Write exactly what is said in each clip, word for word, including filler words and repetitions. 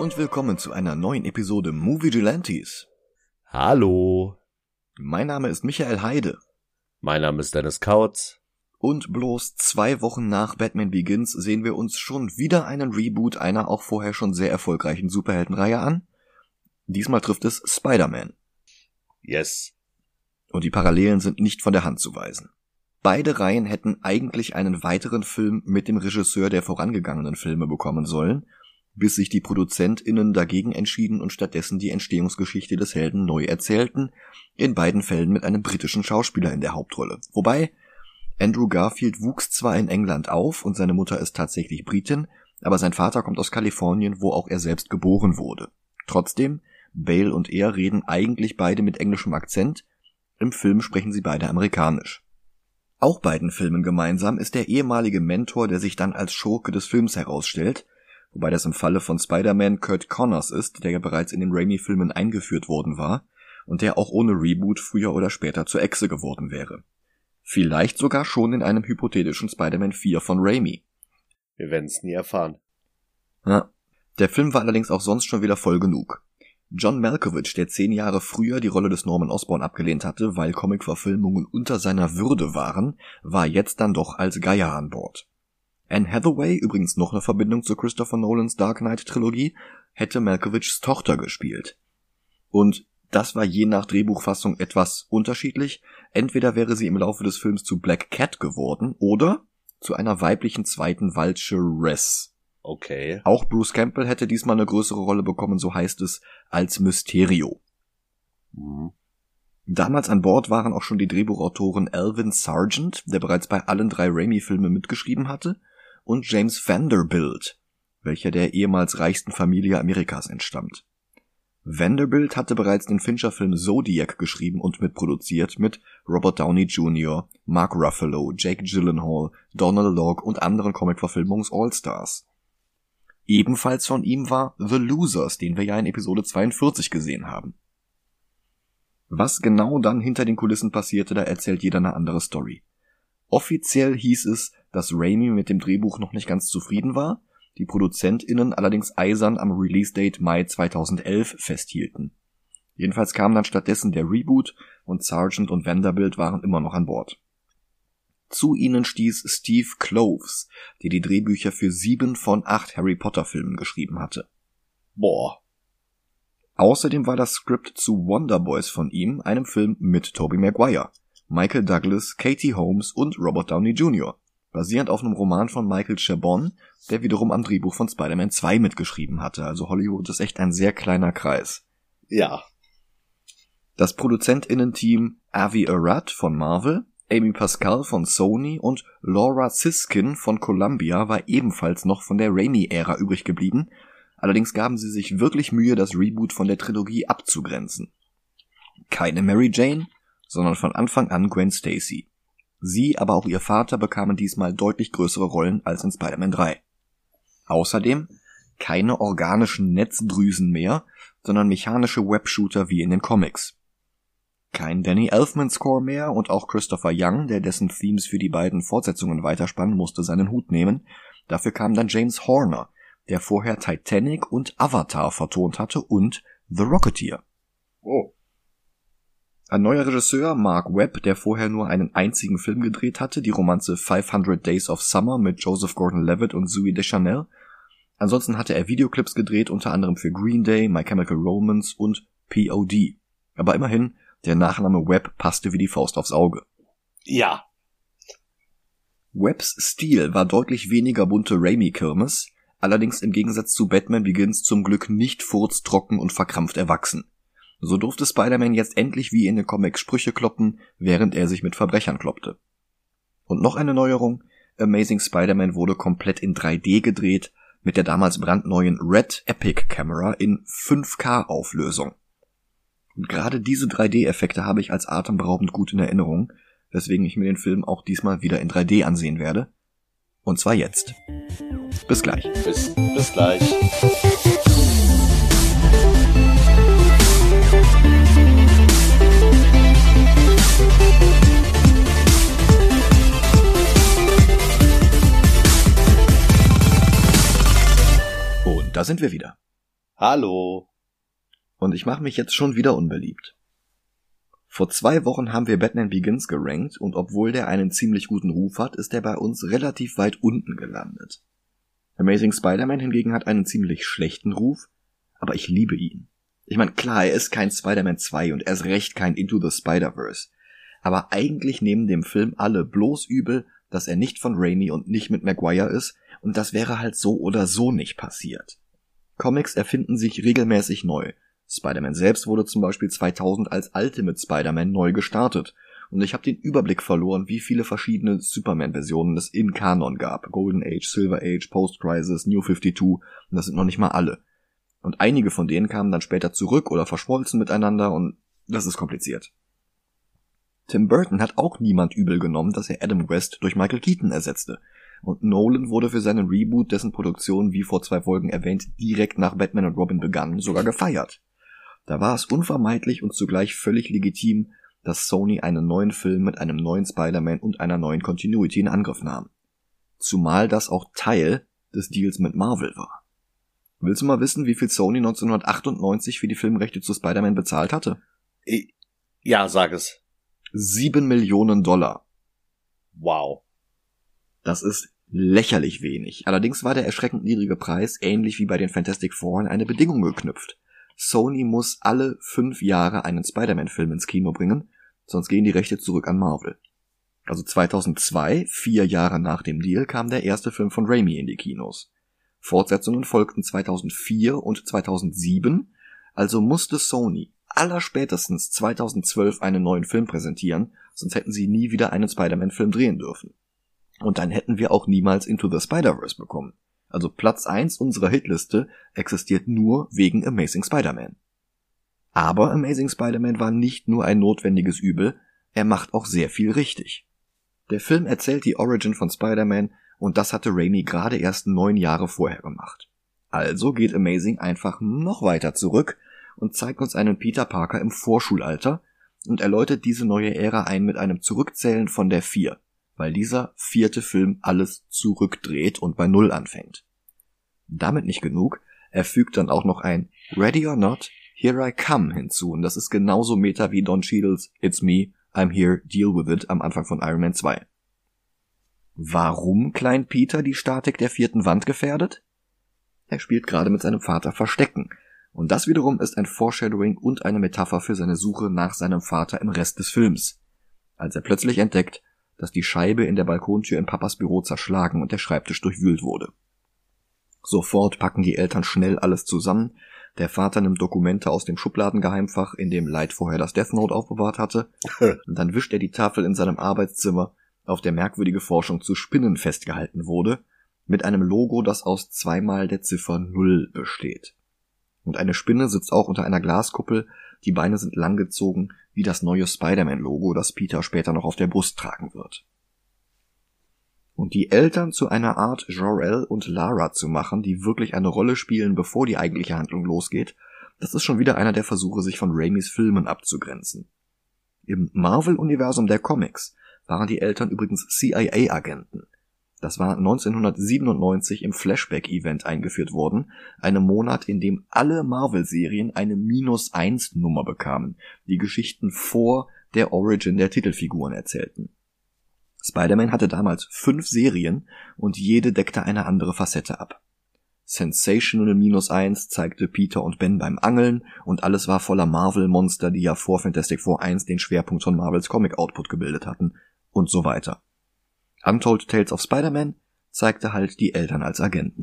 und willkommen zu einer neuen Episode Moviegilantes. Hallo. Mein Name ist Michael Heide. Mein Name ist Dennis Kautz. Und bloß zwei Wochen nach Batman Begins sehen wir uns schon wieder einen Reboot einer auch vorher schon sehr erfolgreichen Superheldenreihe an. Diesmal trifft es Spider-Man. Yes. Und die Parallelen sind nicht von der Hand zu weisen. Beide Reihen hätten eigentlich einen weiteren Film mit dem Regisseur der vorangegangenen Filme bekommen sollen, bis sich die ProduzentInnen dagegen entschieden und stattdessen die Entstehungsgeschichte des Helden neu erzählten, in beiden Fällen mit einem britischen Schauspieler in der Hauptrolle. Wobei, Andrew Garfield wuchs zwar in England auf und seine Mutter ist tatsächlich Britin, aber sein Vater kommt aus Kalifornien, wo auch er selbst geboren wurde. Trotzdem, Bale und er reden eigentlich beide mit englischem Akzent, im Film sprechen sie beide amerikanisch. Auch beiden Filmen gemeinsam ist der ehemalige Mentor, der sich dann als Schurke des Films herausstellt, wobei das im Falle von Spider-Man Curt Connors ist, der ja bereits in den Raimi-Filmen eingeführt worden war und der auch ohne Reboot früher oder später zur Echse geworden wäre. Vielleicht sogar schon in einem hypothetischen Spider-Man vier von Raimi. Wir werden es nie erfahren. Ja, der Film war allerdings auch sonst schon wieder voll genug. John Malkovich, der zehn Jahre früher die Rolle des Norman Osborn abgelehnt hatte, weil Comic-Verfilmungen unter seiner Würde waren, war jetzt dann doch als Geier an Bord. Anne Hathaway, übrigens noch eine Verbindung zu Christopher Nolans Dark Knight-Trilogie, hätte Malkovichs Tochter gespielt. Und das war je nach Drehbuchfassung etwas unterschiedlich. Entweder wäre sie im Laufe des Films zu Black Cat geworden oder zu einer weiblichen zweiten Vulture-Ress. Okay. Auch Bruce Campbell hätte diesmal eine größere Rolle bekommen, so heißt es, als Mysterio. Mhm. Damals an Bord waren auch schon die Drehbuchautoren Alvin Sargent, der bereits bei allen drei Raimi-Filmen mitgeschrieben hatte, und James Vanderbilt, welcher der ehemals reichsten Familie Amerikas entstammt. Vanderbilt hatte bereits den Fincher-Film Zodiac geschrieben und mitproduziert mit Robert Downey Junior, Mark Ruffalo, Jake Gyllenhaal, Donald Logue und anderen Comic-Verfilmungs-Allstars. Ebenfalls von ihm war The Losers, den wir ja in Episode zweiundvierzig gesehen haben. Was genau dann hinter den Kulissen passierte, da erzählt jeder eine andere Story. Offiziell hieß es, dass Raimi mit dem Drehbuch noch nicht ganz zufrieden war, die ProduzentInnen allerdings eisern am Release-Date Mai zweitausendelf festhielten. Jedenfalls kam dann stattdessen der Reboot und Sargent und Vanderbilt waren immer noch an Bord. Zu ihnen stieß Steve Kloves, der die Drehbücher für sieben von acht Harry Potter Filmen geschrieben hatte. Boah. Außerdem war das Skript zu Wonder Boys von ihm, einem Film mit Tobey Maguire, Michael Douglas, Katie Holmes und Robert Downey Junior, basierend auf einem Roman von Michael Chabon, der wiederum am Drehbuch von Spider-Man zwei mitgeschrieben hatte. Also Hollywood ist echt ein sehr kleiner Kreis. Ja. Das ProduzentInnen-Team Avi Arad von Marvel, Amy Pascal von Sony und Laura Siskin von Columbia war ebenfalls noch von der Raimi-Ära übrig geblieben. Allerdings gaben sie sich wirklich Mühe, das Reboot von der Trilogie abzugrenzen. Keine Mary Jane, sondern von Anfang an Gwen Stacy. Sie, aber auch ihr Vater bekamen diesmal deutlich größere Rollen als in Spider-Man drei. Außerdem keine organischen Netzdrüsen mehr, sondern mechanische Webshooter wie in den Comics. Kein Danny Elfman-Score mehr und auch Christopher Young, der dessen Themes für die beiden Fortsetzungen weiterspann, musste seinen Hut nehmen. Dafür kam dann James Horner, der vorher Titanic und Avatar vertont hatte und The Rocketeer. Oh. Ein neuer Regisseur, Mark Webb, der vorher nur einen einzigen Film gedreht hatte, die Romanze fünfhundert Days of Summer mit Joseph Gordon-Levitt und Zooey Deschanel. Ansonsten hatte er Videoclips gedreht, unter anderem für Green Day, My Chemical Romance und P O D. Aber immerhin, der Nachname Webb passte wie die Faust aufs Auge. Ja. Webbs Stil war deutlich weniger bunte Raimi-Kirmes, allerdings im Gegensatz zu Batman Begins zum Glück nicht furztrocken und verkrampft erwachsen. So durfte Spider-Man jetzt endlich wie in den Comics Sprüche kloppen, während er sich mit Verbrechern kloppte. Und noch eine Neuerung, Amazing Spider-Man wurde komplett in drei D gedreht, mit der damals brandneuen Red Epic Camera in fünf K Auflösung. Und gerade diese drei D-Effekte habe ich als atemberaubend gut in Erinnerung, weswegen ich mir den Film auch diesmal wieder in drei D ansehen werde. Und zwar jetzt. Bis gleich. Bis, bis gleich. Und da sind wir wieder. Hallo. Und ich mache mich jetzt schon wieder unbeliebt. Vor zwei Wochen haben wir Batman Begins gerankt und obwohl der einen ziemlich guten Ruf hat, ist er bei uns relativ weit unten gelandet. Amazing Spider-Man hingegen hat einen ziemlich schlechten Ruf, aber ich liebe ihn. Ich meine, klar, er ist kein Spider-Man zwei und erst recht kein Into the Spider-Verse. Aber eigentlich nehmen dem Film alle bloß übel, dass er nicht von Raimi und nicht mit Maguire ist und das wäre halt so oder so nicht passiert. Comics erfinden sich regelmäßig neu. Spider-Man selbst wurde zum Beispiel zweitausend als Ultimate Spider-Man neu gestartet. Und ich habe den Überblick verloren, wie viele verschiedene Superman-Versionen es in Kanon gab. Golden Age, Silver Age, Post-Crisis, New fifty-two. Und das sind noch nicht mal alle. Und einige von denen kamen dann später zurück oder verschmolzen miteinander und das ist kompliziert. Tim Burton hat auch niemand übel genommen, dass er Adam West durch Michael Keaton ersetzte. Und Nolan wurde für seinen Reboot, dessen Produktion, wie vor zwei Folgen erwähnt, direkt nach Batman und Robin begann, sogar gefeiert. Da war es unvermeidlich und zugleich völlig legitim, dass Sony einen neuen Film mit einem neuen Spider-Man und einer neuen Continuity in Angriff nahm. Zumal das auch Teil des Deals mit Marvel war. Willst du mal wissen, wie viel Sony neunzehnhundertachtundneunzig für die Filmrechte zu Spider-Man bezahlt hatte? Ja, sag es. Sieben Millionen Dollar. Wow. Das ist lächerlich wenig. Allerdings war der erschreckend niedrige Preis, ähnlich wie bei den Fantastic Four, an eine Bedingung geknüpft. Sony muss alle fünf Jahre einen Spider-Man-Film ins Kino bringen, sonst gehen die Rechte zurück an Marvel. Also zweitausendzwei, vier Jahre nach dem Deal, kam der erste Film von Raimi in die Kinos. Fortsetzungen folgten zweitausendvier und zweitausendsieben, also musste Sony allerspätestens zweitausendzwölf einen neuen Film präsentieren, sonst hätten sie nie wieder einen Spider-Man-Film drehen dürfen. Und dann hätten wir auch niemals Into the Spider-Verse bekommen. Also Platz eins unserer Hitliste existiert nur wegen Amazing Spider-Man. Aber Amazing Spider-Man war nicht nur ein notwendiges Übel, er macht auch sehr viel richtig. Der Film erzählt die Origin von Spider-Man und das hatte Raimi gerade erst neun Jahre vorher gemacht. Also geht Amazing einfach noch weiter zurück und zeigt uns einen Peter Parker im Vorschulalter und erläutert diese neue Ära ein mit einem Zurückzählen von der vier. Weil dieser vierte Film alles zurückdreht und bei Null anfängt. Damit nicht genug, er fügt dann auch noch ein Ready or Not, Here I Come hinzu und das ist genauso meta wie Don Cheadle's It's Me, I'm Here, Deal With It am Anfang von Iron Man zwei. Warum Klein Peter die Statik der vierten Wand gefährdet? Er spielt gerade mit seinem Vater Verstecken und das wiederum ist ein Foreshadowing und eine Metapher für seine Suche nach seinem Vater im Rest des Films. Als er plötzlich entdeckt, dass die Scheibe in der Balkontür in Papas Büro zerschlagen und der Schreibtisch durchwühlt wurde. Sofort packen die Eltern schnell alles zusammen, der Vater nimmt Dokumente aus dem Schubladengeheimfach, in dem Light vorher das Death Note aufbewahrt hatte, und dann wischt er die Tafel in seinem Arbeitszimmer, auf der merkwürdige Forschung zu Spinnen festgehalten wurde, mit einem Logo, das aus zweimal der Ziffer Null besteht. Und eine Spinne sitzt auch unter einer Glaskuppel, die Beine sind langgezogen, wie das neue Spider-Man-Logo, das Peter später noch auf der Brust tragen wird. Und die Eltern zu einer Art Jor-El und Lara zu machen, die wirklich eine Rolle spielen, bevor die eigentliche Handlung losgeht, das ist schon wieder einer der Versuche, sich von Raimis Filmen abzugrenzen. Im Marvel-Universum der Comics waren die Eltern übrigens C I A-Agenten. Das war neunzehnhundertsiebenundneunzig im Flashback-Event eingeführt worden, einem Monat, in dem alle Marvel-Serien eine Minus eins Nummer bekamen, die Geschichten vor der Origin der Titelfiguren erzählten. Spider-Man hatte damals fünf Serien und jede deckte eine andere Facette ab. Sensational Minus eins zeigte Peter und Ben beim Angeln und alles war voller Marvel-Monster, die ja vor Fantastic Four eins den Schwerpunkt von Marvels Comic-Output gebildet hatten und so weiter. Untold Tales of Spider-Man zeigte halt die Eltern als Agenten.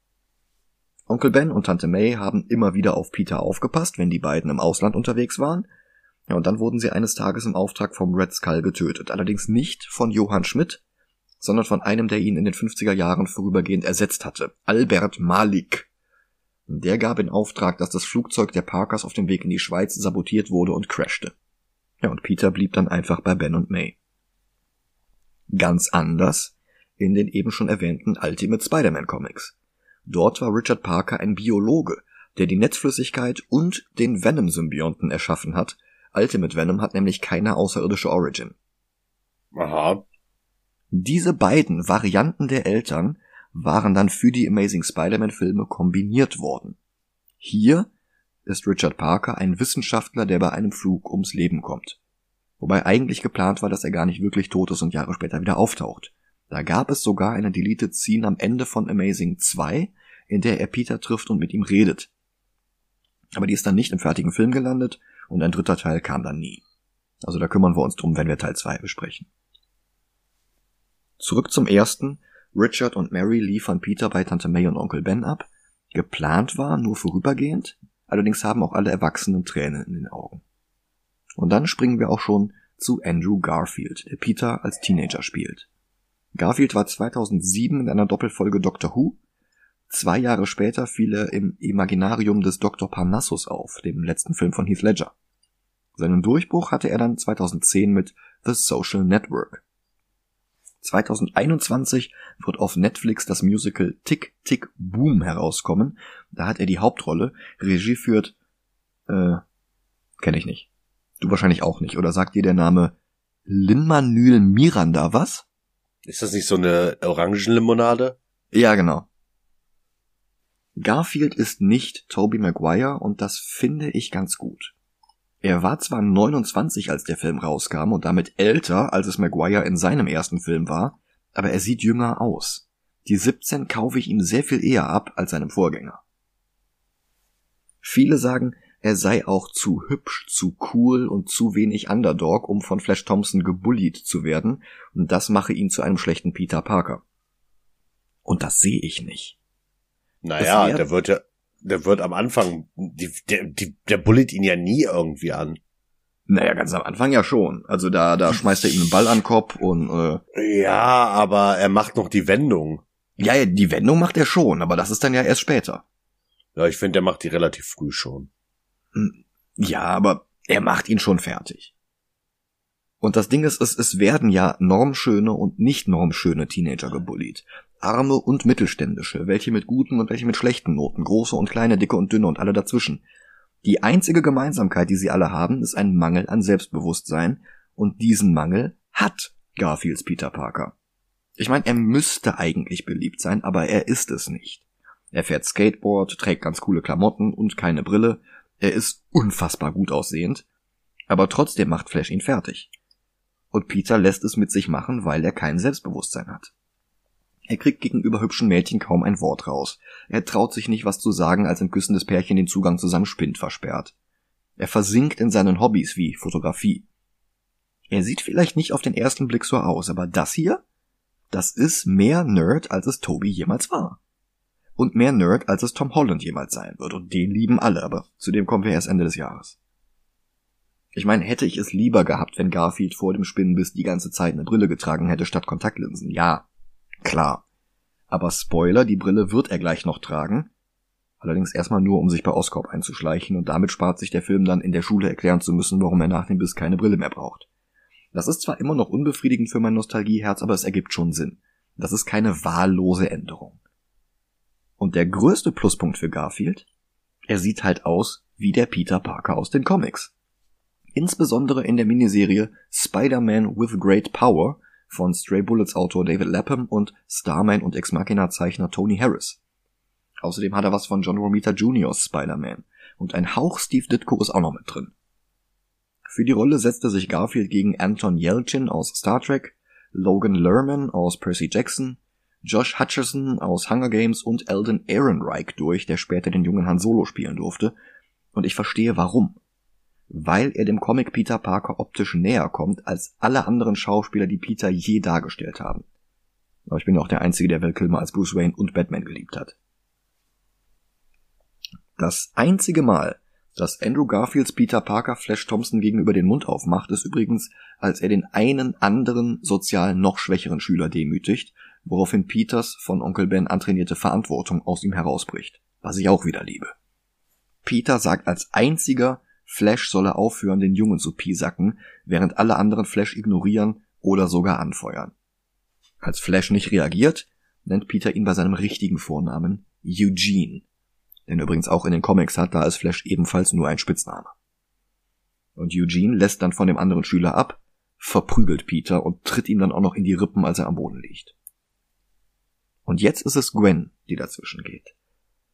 Onkel Ben und Tante May haben immer wieder auf Peter aufgepasst, wenn die beiden im Ausland unterwegs waren. Ja, und dann wurden sie eines Tages im Auftrag vom Red Skull getötet. Allerdings nicht von Johann Schmidt, sondern von einem, der ihn in den fünfziger Jahren vorübergehend ersetzt hatte. Albert Malik. Der gab in Auftrag, dass das Flugzeug der Parkers auf dem Weg in die Schweiz sabotiert wurde und crashte. Ja, und Peter blieb dann einfach bei Ben und May. Ganz anders in den eben schon erwähnten Ultimate Spider-Man Comics. Dort war Richard Parker ein Biologe, der die Netzflüssigkeit und den Venom-Symbionten erschaffen hat. Ultimate Venom hat nämlich keine außerirdische Origin. Aha. Diese beiden Varianten der Eltern waren dann für die Amazing Spider-Man Filme kombiniert worden. Hier ist Richard Parker ein Wissenschaftler, der bei einem Flug ums Leben kommt. Wobei eigentlich geplant war, dass er gar nicht wirklich tot ist und Jahre später wieder auftaucht. Da gab es sogar eine Deleted Scene am Ende von Amazing zwei, in der er Peter trifft und mit ihm redet. Aber die ist dann nicht im fertigen Film gelandet und ein dritter Teil kam dann nie. Also da kümmern wir uns drum, wenn wir Teil zwei besprechen. Zurück zum ersten. Richard und Mary liefern Peter bei Tante May und Onkel Ben ab. Geplant war nur vorübergehend, allerdings haben auch alle Erwachsenen Tränen in den Augen. Und dann springen wir auch schon zu Andrew Garfield, der Peter als Teenager spielt. Garfield war zweitausendsieben in einer Doppelfolge Doctor Who. Zwei Jahre später fiel er im Imaginarium des Doktor Parnassus auf, dem letzten Film von Heath Ledger. Seinen Durchbruch hatte er dann zweitausendzehn mit The Social Network. zweitausendeinundzwanzig wird auf Netflix das Musical Tick, Tick, Boom herauskommen. Da hat er die Hauptrolle. Regie führt, äh, kenne ich nicht. Du wahrscheinlich auch nicht. Oder sagt dir der Name Lin-Manuel Miranda was? Ist das nicht so eine Orangenlimonade? Ja, genau. Garfield ist nicht Tobey Maguire und das finde ich ganz gut. Er war zwar neunundzwanzig, als der Film rauskam und damit älter, als es Maguire in seinem ersten Film war, aber er sieht jünger aus. Die siebzehn kaufe ich ihm sehr viel eher ab als seinem Vorgänger. Viele sagen, er sei auch zu hübsch, zu cool und zu wenig Underdog, um von Flash Thompson gebullied zu werden, und das mache ihn zu einem schlechten Peter Parker. Und das sehe ich nicht. Naja, der wird ja, der wird am Anfang, die, der, die, der bullet ihn ja nie irgendwie an. Naja, ganz am Anfang ja schon. Also da, da schmeißt er ihm einen Ball an den Kopf und, äh, ja, aber er macht noch die Wendung. Ja, ja, die Wendung macht er schon, aber das ist dann ja erst später. Ja, ich finde, der macht die relativ früh schon. Ja, aber er macht ihn schon fertig. Und das Ding ist, es, es werden ja normschöne und nicht normschöne Teenager gebullied. Arme und mittelständische, welche mit guten und welche mit schlechten Noten, große und kleine, dicke und dünne und alle dazwischen. Die einzige Gemeinsamkeit, die sie alle haben, ist ein Mangel an Selbstbewusstsein, und diesen Mangel hat Garfields Peter Parker. Ich meine, er müsste eigentlich beliebt sein, aber er ist es nicht. Er fährt Skateboard, trägt ganz coole Klamotten und keine Brille. Er ist unfassbar gut aussehend, aber trotzdem macht Flash ihn fertig. Und Peter lässt es mit sich machen, weil er kein Selbstbewusstsein hat. Er kriegt gegenüber hübschen Mädchen kaum ein Wort raus. Er traut sich nicht, was zu sagen, als ein küssendes Pärchen den Zugang zu seinem Spind versperrt. Er versinkt in seinen Hobbys wie Fotografie. Er sieht vielleicht nicht auf den ersten Blick so aus, aber das hier, das ist mehr Nerd, als es Tobey jemals war. Und mehr Nerd, als es Tom Holland jemals sein wird. Und den lieben alle, aber zu dem kommen wir erst Ende des Jahres. Ich meine, hätte ich es lieber gehabt, wenn Garfield vor dem Spinnenbiss die ganze Zeit eine Brille getragen hätte statt Kontaktlinsen. Ja, klar. Aber Spoiler, die Brille wird er gleich noch tragen. Allerdings erstmal nur, um sich bei Oscorp einzuschleichen, und damit spart sich der Film dann, in der Schule erklären zu müssen, warum er nach dem Biss keine Brille mehr braucht. Das ist zwar immer noch unbefriedigend für mein Nostalgieherz, aber es ergibt schon Sinn. Das ist keine wahllose Änderung. Und der größte Pluspunkt für Garfield? Er sieht halt aus wie der Peter Parker aus den Comics. Insbesondere in der Miniserie Spider-Man with Great Power von Stray Bullets Autor David Lapham und Starman und Ex Machina Zeichner Tony Harris. Außerdem hat er was von John Romita Juniors Spider-Man und ein Hauch Steve Ditko ist auch noch mit drin. Für die Rolle setzte sich Garfield gegen Anton Yelchin aus Star Trek, Logan Lerman aus Percy Jackson, Josh Hutcherson aus Hunger Games und Eldon Ehrenreich durch, der später den jungen Han Solo spielen durfte. Und ich verstehe warum. Weil er dem Comic Peter Parker optisch näher kommt als alle anderen Schauspieler, die Peter je dargestellt haben. Aber ich bin ja auch der Einzige, der Val Kilmer als Bruce Wayne und Batman geliebt hat. Das einzige Mal, dass Andrew Garfields Peter Parker Flash Thompson gegenüber den Mund aufmacht, ist übrigens, als er den einen anderen sozial noch schwächeren Schüler demütigt, woraufhin Peters von Onkel Ben antrainierte Verantwortung aus ihm herausbricht, was ich auch wieder liebe. Peter sagt als einziger, Flash solle aufhören, den Jungen zu piesacken, während alle anderen Flash ignorieren oder sogar anfeuern. Als Flash nicht reagiert, nennt Peter ihn bei seinem richtigen Vornamen Eugene, den er übrigens auch in den Comics hat, da ist Flash ebenfalls nur ein Spitzname. Und Eugene lässt dann von dem anderen Schüler ab, verprügelt Peter und tritt ihm dann auch noch in die Rippen, als er am Boden liegt. Und jetzt ist es Gwen, die dazwischen geht.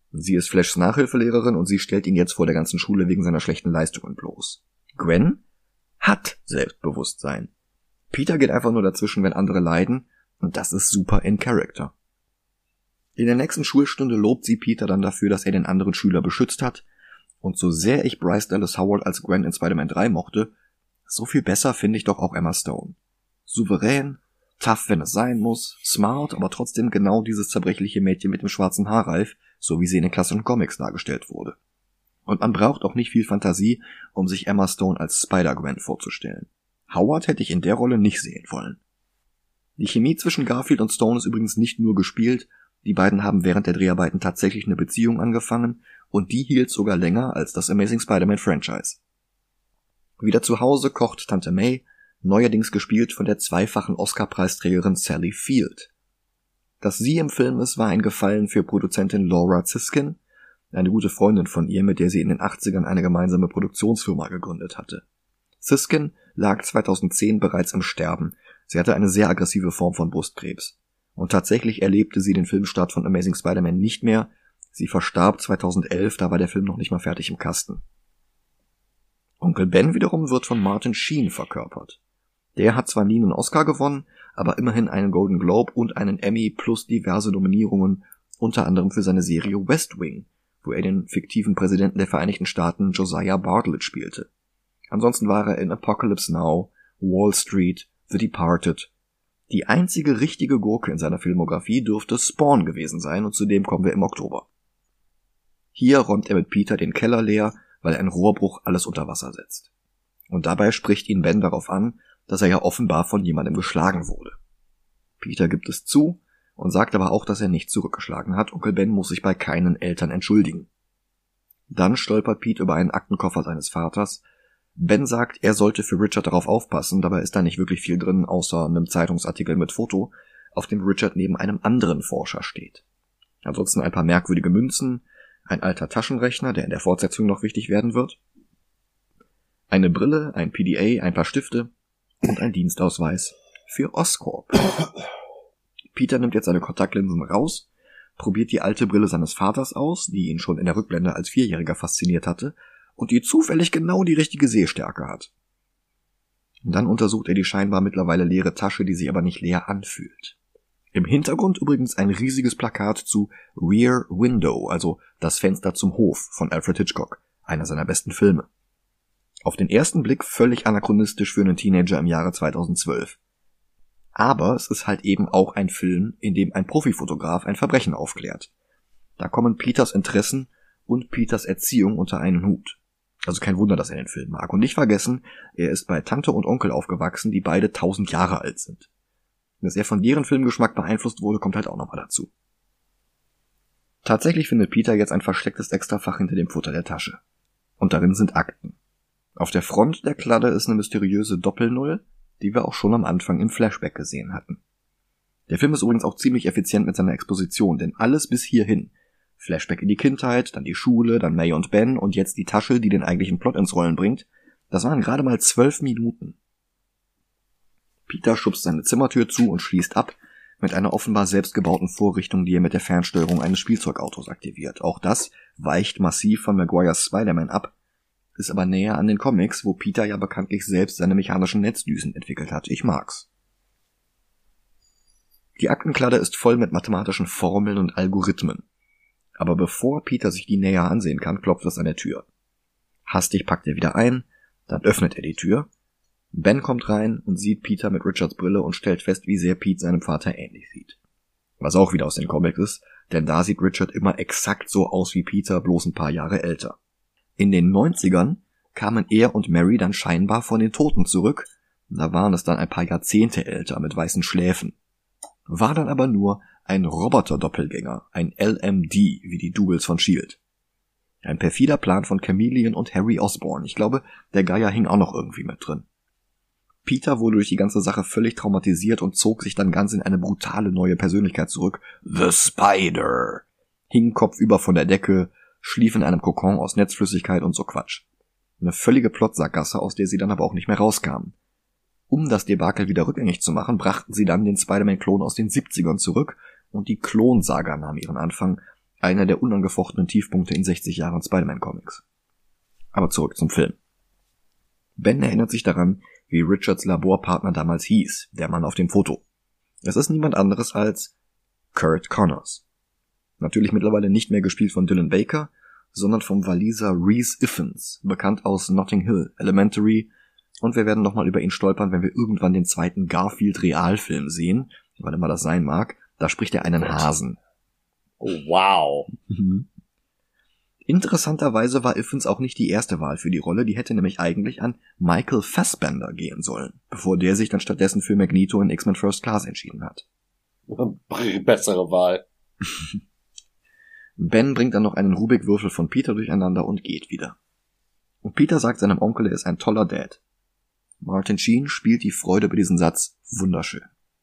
Sie ist Flashs Nachhilfelehrerin und sie stellt ihn jetzt vor der ganzen Schule wegen seiner schlechten Leistungen bloß. Gwen hat Selbstbewusstsein. Peter geht einfach nur dazwischen, wenn andere leiden, und das ist super in Character. In der nächsten Schulstunde lobt sie Peter dann dafür, dass er den anderen Schüler beschützt hat, und so sehr ich Bryce Dallas Howard als Gwen in Spider-Man drei mochte, so viel besser finde ich doch auch Emma Stone. Souverän, tough, wenn es sein muss, smart, aber trotzdem genau dieses zerbrechliche Mädchen mit dem schwarzen Haarreif, so wie sie in den klassischen Comics dargestellt wurde. Und man braucht auch nicht viel Fantasie, um sich Emma Stone als Spider-Gwen vorzustellen. Howard hätte ich in der Rolle nicht sehen wollen. Die Chemie zwischen Garfield und Stone ist übrigens nicht nur gespielt, die beiden haben während der Dreharbeiten tatsächlich eine Beziehung angefangen und die hielt sogar länger als das Amazing Spider-Man-Franchise. Wieder zu Hause kocht Tante May, neuerdings gespielt von der zweifachen Oscar-Preisträgerin Sally Field. Dass sie im Film ist, war ein Gefallen für Produzentin Laura Ziskin, eine gute Freundin von ihr, mit der sie in den achtzigern eine gemeinsame Produktionsfirma gegründet hatte. Ziskin lag zweitausendzehn bereits im Sterben, sie hatte eine sehr aggressive Form von Brustkrebs. Und tatsächlich erlebte sie den Filmstart von Amazing Spider-Man nicht mehr, sie verstarb zweitausendelf, da war der Film noch nicht mal fertig im Kasten. Onkel Ben wiederum wird von Martin Sheen verkörpert. Der hat zwar nie einen Oscar gewonnen, aber immerhin einen Golden Globe und einen Emmy plus diverse Nominierungen, unter anderem für seine Serie West Wing, wo er den fiktiven Präsidenten der Vereinigten Staaten Josiah Bartlet spielte. Ansonsten war er in Apocalypse Now, Wall Street, The Departed. Die einzige richtige Gurke in seiner Filmografie dürfte Spawn gewesen sein, und zu dem kommen wir im Oktober. Hier räumt er mit Peter den Keller leer, weil ein Rohrbruch alles unter Wasser setzt. Und dabei spricht ihn Ben darauf an, dass er ja offenbar von jemandem geschlagen wurde. Peter gibt es zu und sagt aber auch, dass er nicht zurückgeschlagen hat. Onkel Ben muss sich bei keinen Eltern entschuldigen. Dann stolpert Pete über einen Aktenkoffer seines Vaters. Ben sagt, er sollte für Richard darauf aufpassen, dabei ist da nicht wirklich viel drin, außer einem Zeitungsartikel mit Foto, auf dem Richard neben einem anderen Forscher steht. Ansonsten ein paar merkwürdige Münzen, ein alter Taschenrechner, der in der Fortsetzung noch wichtig werden wird, eine Brille, ein P D A, ein paar Stifte und ein Dienstausweis für Oscorp. Peter nimmt jetzt seine Kontaktlinsen raus, probiert die alte Brille seines Vaters aus, die ihn schon in der Rückblende als Vierjähriger fasziniert hatte und die zufällig genau die richtige Sehstärke hat. Und dann untersucht er die scheinbar mittlerweile leere Tasche, die sich aber nicht leer anfühlt. Im Hintergrund übrigens ein riesiges Plakat zu Rear Window, also das Fenster zum Hof von Alfred Hitchcock, einer seiner besten Filme. Auf den ersten Blick völlig anachronistisch für einen Teenager im Jahre zweitausendzwölf. Aber es ist halt eben auch ein Film, in dem ein Profifotograf ein Verbrechen aufklärt. Da kommen Peters Interessen und Peters Erziehung unter einen Hut. Also kein Wunder, dass er den Film mag. Und nicht vergessen, er ist bei Tante und Onkel aufgewachsen, die beide tausend Jahre alt sind. Dass er von deren Filmgeschmack beeinflusst wurde, kommt halt auch nochmal dazu. Tatsächlich findet Peter jetzt ein verstecktes Extrafach hinter dem Futter der Tasche. Und darin sind Akten. Auf der Front der Kladde ist eine mysteriöse Doppelnull, die wir auch schon am Anfang im Flashback gesehen hatten. Der Film ist übrigens auch ziemlich effizient mit seiner Exposition, denn alles bis hierhin, Flashback in die Kindheit, dann die Schule, dann May und Ben und jetzt die Tasche, die den eigentlichen Plot ins Rollen bringt, das waren gerade mal zwölf Minuten. Peter schubst seine Zimmertür zu und schließt ab, mit einer offenbar selbstgebauten Vorrichtung, die er mit der Fernsteuerung eines Spielzeugautos aktiviert. Auch das weicht massiv von Maguires Spider-Man ab, ist aber näher an den Comics, wo Peter ja bekanntlich selbst seine mechanischen Netzdüsen entwickelt hat. Ich mag's. Die Aktenkladde ist voll mit mathematischen Formeln und Algorithmen. Aber bevor Peter sich die näher ansehen kann, klopft es an der Tür. Hastig packt er wieder ein, dann öffnet er die Tür. Ben kommt rein und sieht Peter mit Richards Brille und stellt fest, wie sehr Pete seinem Vater ähnlich sieht. Was auch wieder aus den Comics ist, denn da sieht Richard immer exakt so aus wie Peter, bloß ein paar Jahre älter. In den neunzigern kamen er und Mary dann scheinbar von den Toten zurück, da waren es dann ein paar Jahrzehnte älter mit weißen Schläfen. War dann aber nur ein Roboter-Doppelgänger, ein L M D, wie die Doubles von S H I E L D. Ein perfider Plan von Chameleon und Harry Osborn. Ich glaube, der Geier hing auch noch irgendwie mit drin. Peter wurde durch die ganze Sache völlig traumatisiert und zog sich dann ganz in eine brutale neue Persönlichkeit zurück. The Spider! Hing kopfüber von der Decke, schlief in einem Kokon aus Netzflüssigkeit und so Quatsch. Eine völlige Plotsackgasse, aus der sie dann aber auch nicht mehr rauskamen. Um das Debakel wieder rückgängig zu machen, brachten sie dann den Spider-Man-Klon aus den siebzigern zurück und die Klonsaga nahm ihren Anfang, Einer der unangefochtenen Tiefpunkte in sechzig Jahren Spider-Man-Comics. Aber zurück zum Film. Ben erinnert sich daran, wie Richards Laborpartner damals hieß, der Mann auf dem Foto. Es ist niemand anderes als Curt Connors. Natürlich mittlerweile nicht mehr gespielt von Dylan Baker, sondern vom Waliser Rhys Ifans, bekannt aus Notting Hill, Elementary, und wir werden nochmal über ihn stolpern, wenn wir irgendwann den zweiten Garfield-Realfilm sehen, wann immer das sein mag. Da spricht er einen Hasen. Oh, wow. Mhm. Interessanterweise war Ifans auch nicht die erste Wahl für die Rolle, die hätte nämlich eigentlich an Michael Fassbender gehen sollen, bevor der sich dann stattdessen für Magneto in X-Men First Class entschieden hat. Bessere Wahl. Ben bringt dann noch einen Rubik-Würfel von Peter durcheinander und geht wieder. Und Peter sagt seinem Onkel, er ist ein toller Dad. Martin Sheen spielt die Freude über diesen Satz wunderschön.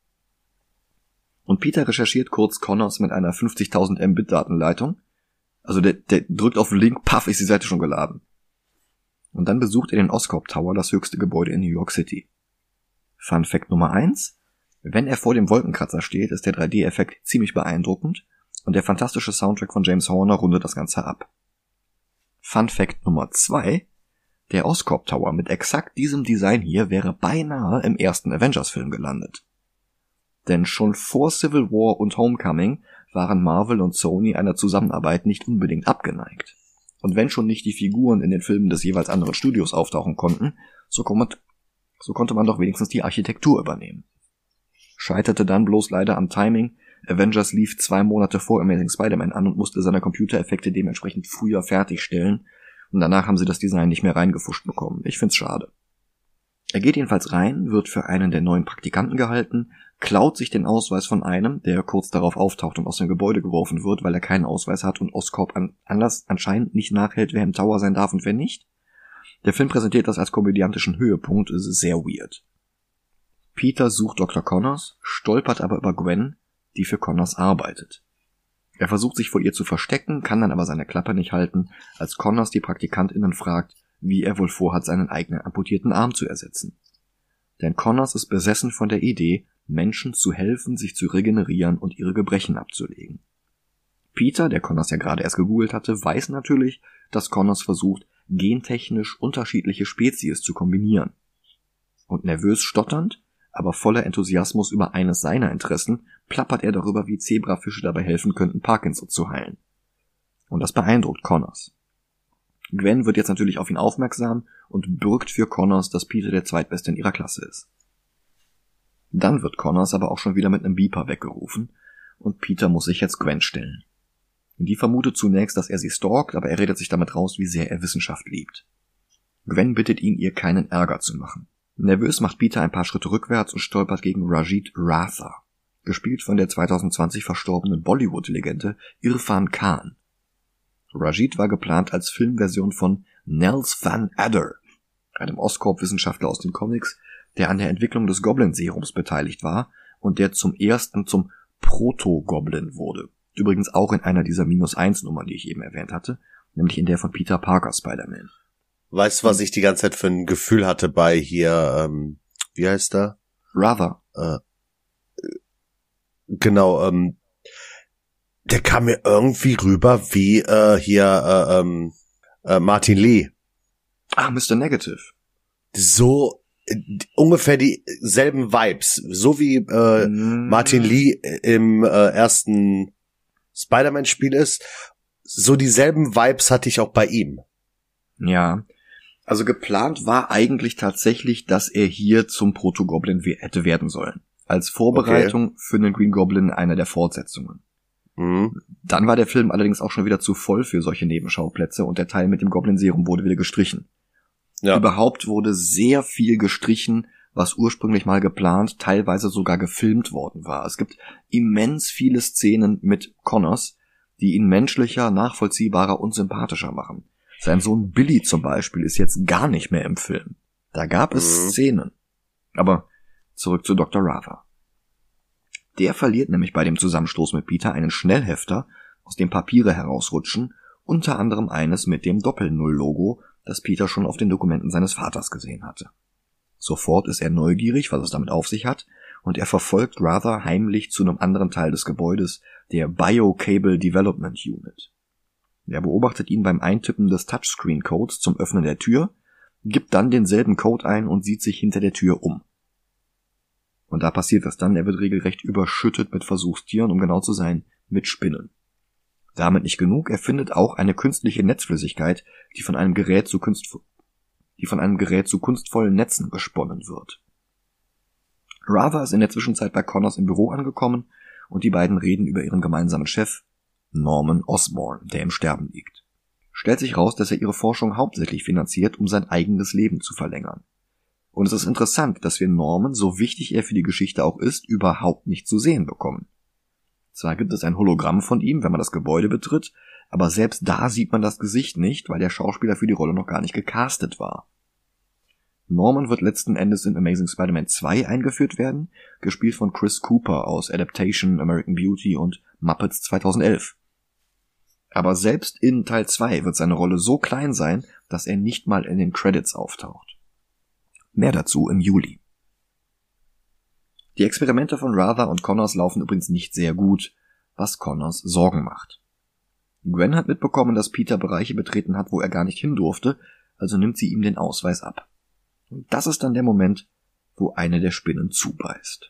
Und Peter recherchiert kurz Connors mit einer fünfzigtausend Mbit Datenleitung. Also der, der drückt auf den Link, paff, ist die Seite schon geladen. Und dann besucht er den Oscorp Tower, das höchste Gebäude in New York City. Fun Fact Nummer eins. Wenn er vor dem Wolkenkratzer steht, ist der drei D-Effekt ziemlich beeindruckend und der fantastische Soundtrack von James Horner rundet das Ganze ab. Fun Fact Nummer zwei. Der Oscorp Tower mit exakt diesem Design hier wäre beinahe im ersten Avengers-Film gelandet. Denn schon vor Civil War und Homecoming waren Marvel und Sony einer Zusammenarbeit nicht unbedingt abgeneigt. Und wenn schon nicht die Figuren in den Filmen des jeweils anderen Studios auftauchen konnten, so, kommt, so konnte man doch wenigstens die Architektur übernehmen. Scheiterte dann bloß leider am Timing. Avengers lief zwei Monate vor Amazing Spider-Man an und musste seine Computereffekte dementsprechend früher fertigstellen. Und danach haben sie das Design nicht mehr reingefuscht bekommen. Ich find's schade. Er geht jedenfalls rein, wird für einen der neuen Praktikanten gehalten, klaut sich den Ausweis von einem, der kurz darauf auftaucht und aus dem Gebäude geworfen wird, weil er keinen Ausweis hat und Oscorp an Anlass anscheinend nicht nachhält, wer im Tower sein darf und wer nicht. Der Film präsentiert das als komödiantischen Höhepunkt, es ist sehr weird. Peter sucht Doktor Connors, stolpert aber über Gwen, die für Connors arbeitet. Er versucht sich vor ihr zu verstecken, kann dann aber seine Klappe nicht halten, als Connors die PraktikantInnen fragt, wie er wohl vorhat, seinen eigenen amputierten Arm zu ersetzen. Denn Connors ist besessen von der Idee, Menschen zu helfen, sich zu regenerieren und ihre Gebrechen abzulegen. Peter, der Connors ja gerade erst gegoogelt hatte, weiß natürlich, dass Connors versucht, gentechnisch unterschiedliche Spezies zu kombinieren. Und nervös stotternd, aber voller Enthusiasmus über eines seiner Interessen, plappert er darüber, wie Zebrafische dabei helfen könnten, Parkinson zu heilen. Und das beeindruckt Connors. Gwen wird jetzt natürlich auf ihn aufmerksam und bürgt für Connors, dass Peter der Zweitbeste in ihrer Klasse ist. Dann wird Connors aber auch schon wieder mit einem Beeper weggerufen und Peter muss sich jetzt Gwen stellen. Die vermutet zunächst, dass er sie stalkt, aber er redet sich damit raus, wie sehr er Wissenschaft liebt. Gwen bittet ihn, ihr keinen Ärger zu machen. Nervös macht Peter ein paar Schritte rückwärts und stolpert gegen Rajit Ratha, gespielt von der zwanzig zwanzig verstorbenen Bollywood-Legende Irfan Khan. Rajit war geplant als Filmversion von Nels Van Adder, einem Oscorp-Wissenschaftler aus den Comics, der an der Entwicklung des Goblin-Serums beteiligt war und der zum ersten zum Proto-Goblin wurde. Übrigens auch in einer dieser Minus eins Nummern, die ich eben erwähnt hatte, nämlich in der von Peter Parker Spider-Man. Weißt du, was ich die ganze Zeit für ein Gefühl hatte bei hier, ähm, wie heißt der? Rather. Äh, genau, ähm, der kam mir irgendwie rüber wie äh, hier äh, ähm, äh, Martin Lee. Ah, Mister Negative. So äh, ungefähr dieselben Vibes, so wie äh, mm. Martin Lee im äh, ersten Spider-Man-Spiel ist, so dieselben Vibes hatte ich auch bei ihm. Ja, also geplant war eigentlich tatsächlich, dass er hier zum Proto-Goblin hätte werden sollen. Als Vorbereitung okay. für den Green Goblin einer der Fortsetzungen. Mhm. Dann war der Film allerdings auch schon wieder zu voll für solche Nebenschauplätze und der Teil mit dem Goblin-Serum wurde wieder gestrichen. Ja. Überhaupt wurde sehr viel gestrichen, was ursprünglich mal geplant, teilweise sogar gefilmt worden war. Es gibt immens viele Szenen mit Connors, die ihn menschlicher, nachvollziehbarer und sympathischer machen. Sein Sohn Billy zum Beispiel ist jetzt gar nicht mehr im Film. Da gab es mhm. Szenen. Aber zurück zu Doktor Rather. Der verliert nämlich bei dem Zusammenstoß mit Peter einen Schnellhefter, aus dem Papiere herausrutschen, unter anderem eines mit dem Doppel-Null-Logo, das Peter schon auf den Dokumenten seines Vaters gesehen hatte. Sofort ist er neugierig, was es damit auf sich hat, und er verfolgt Rather heimlich zu einem anderen Teil des Gebäudes, der Biocable Development Unit. Er beobachtet ihn beim Eintippen des Touchscreen-Codes zum Öffnen der Tür, gibt dann denselben Code ein und sieht sich hinter der Tür um. Und da passiert das dann, er wird regelrecht überschüttet mit Versuchstieren, um genau zu sein, mit Spinnen. Damit nicht genug, er findet auch eine künstliche Netzflüssigkeit, die von einem Gerät zu kunstvoll, die von einem Gerät zu kunstvollen Netzen gesponnen wird. Rather ist in der Zwischenzeit bei Connors im Büro angekommen und die beiden reden über ihren gemeinsamen Chef, Norman Osborn, der im Sterben liegt. Stellt sich raus, dass er ihre Forschung hauptsächlich finanziert, um sein eigenes Leben zu verlängern. Und es ist interessant, dass wir Norman, so wichtig er für die Geschichte auch ist, überhaupt nicht zu sehen bekommen. Zwar gibt es ein Hologramm von ihm, wenn man das Gebäude betritt, aber selbst da sieht man das Gesicht nicht, weil der Schauspieler für die Rolle noch gar nicht gecastet war. Norman wird letzten Endes in Amazing Spider-Man zwei eingeführt werden, gespielt von Chris Cooper aus Adaptation, American Beauty und Muppets zweitausendelf. Aber selbst in Teil zwei wird seine Rolle so klein sein, dass er nicht mal in den Credits auftaucht. Mehr dazu im Juli. Die Experimente von Rather und Connors laufen übrigens nicht sehr gut, was Connors Sorgen macht. Gwen hat mitbekommen, dass Peter Bereiche betreten hat, wo er gar nicht hin durfte, also nimmt sie ihm den Ausweis ab. Und das ist dann der Moment, wo eine der Spinnen zubeißt.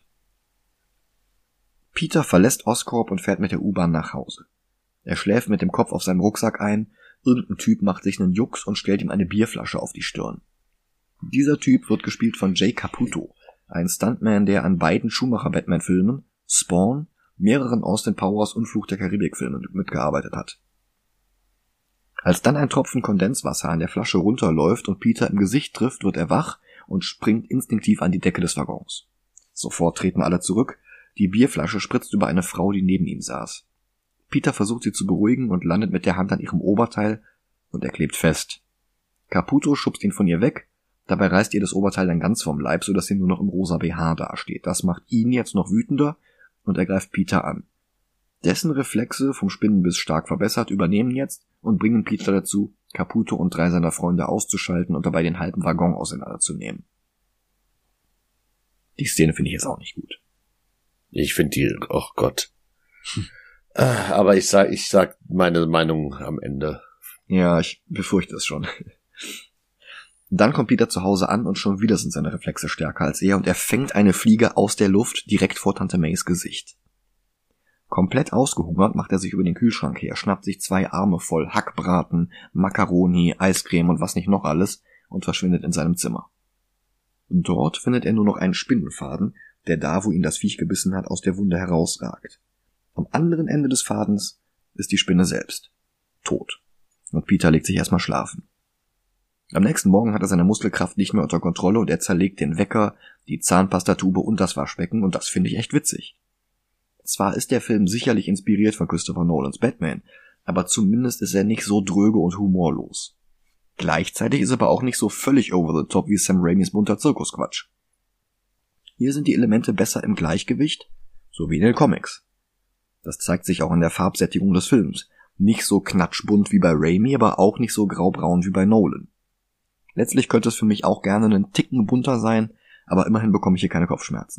Peter verlässt Oscorp und fährt mit der U-Bahn nach Hause. Er schläft mit dem Kopf auf seinem Rucksack ein, irgendein Typ macht sich einen Jux und stellt ihm eine Bierflasche auf die Stirn. Dieser Typ wird gespielt von Jay Caputo, ein Stuntman, der an beiden Schumacher-Batman-Filmen, Spawn, mehreren Austin Powers und Fluch der Karibik-Filmen mitgearbeitet hat. Als dann ein Tropfen Kondenswasser an der Flasche runterläuft und Peter im Gesicht trifft, wird er wach und springt instinktiv an die Decke des Waggons. Sofort treten alle zurück, die Bierflasche spritzt über eine Frau, die neben ihm saß. Peter versucht sie zu beruhigen und landet mit der Hand an ihrem Oberteil und er klebt fest. Caputo schubst ihn von ihr weg, dabei reißt ihr das Oberteil dann ganz vom Leib, sodass sie nur noch im rosa B H dasteht. Das macht ihn jetzt noch wütender und er greift Peter an. Dessen Reflexe, vom Spinnenbiss stark verbessert, übernehmen jetzt und bringen Peter dazu, Caputo und drei seiner Freunde auszuschalten und dabei den halben Waggon auseinanderzunehmen. Die Szene finde ich jetzt auch nicht gut. Ich finde die, oh Gott. Aber ich sag, ich sag meine Meinung am Ende. Ja, ich befürchte es schon. Dann kommt Peter zu Hause an und schon wieder sind seine Reflexe stärker als er und er fängt eine Fliege aus der Luft direkt vor Tante Mays Gesicht. Komplett ausgehungert macht er sich über den Kühlschrank her, schnappt sich zwei Arme voll Hackbraten, Macaroni, Eiscreme und was nicht noch alles und verschwindet in seinem Zimmer. Dort findet er nur noch einen Spinnenfaden, der da, wo ihn das Viech gebissen hat, aus der Wunde herausragt. Am anderen Ende des Fadens ist die Spinne selbst. Tot. Und Peter legt sich erstmal schlafen. Am nächsten Morgen hat er seine Muskelkraft nicht mehr unter Kontrolle und er zerlegt den Wecker, die Zahnpastatube und das Waschbecken und das finde ich echt witzig. Zwar ist der Film sicherlich inspiriert von Christopher Nolans Batman, aber zumindest ist er nicht so dröge und humorlos. Gleichzeitig ist er aber auch nicht so völlig over the top wie Sam Raimis bunter Zirkusquatsch. Hier sind die Elemente besser im Gleichgewicht, so wie in den Comics. Das zeigt sich auch in der Farbsättigung des Films. Nicht so knatschbunt wie bei Raimi, aber auch nicht so graubraun wie bei Nolan. Letztlich könnte es für mich auch gerne einen Ticken bunter sein, aber immerhin bekomme ich hier keine Kopfschmerzen.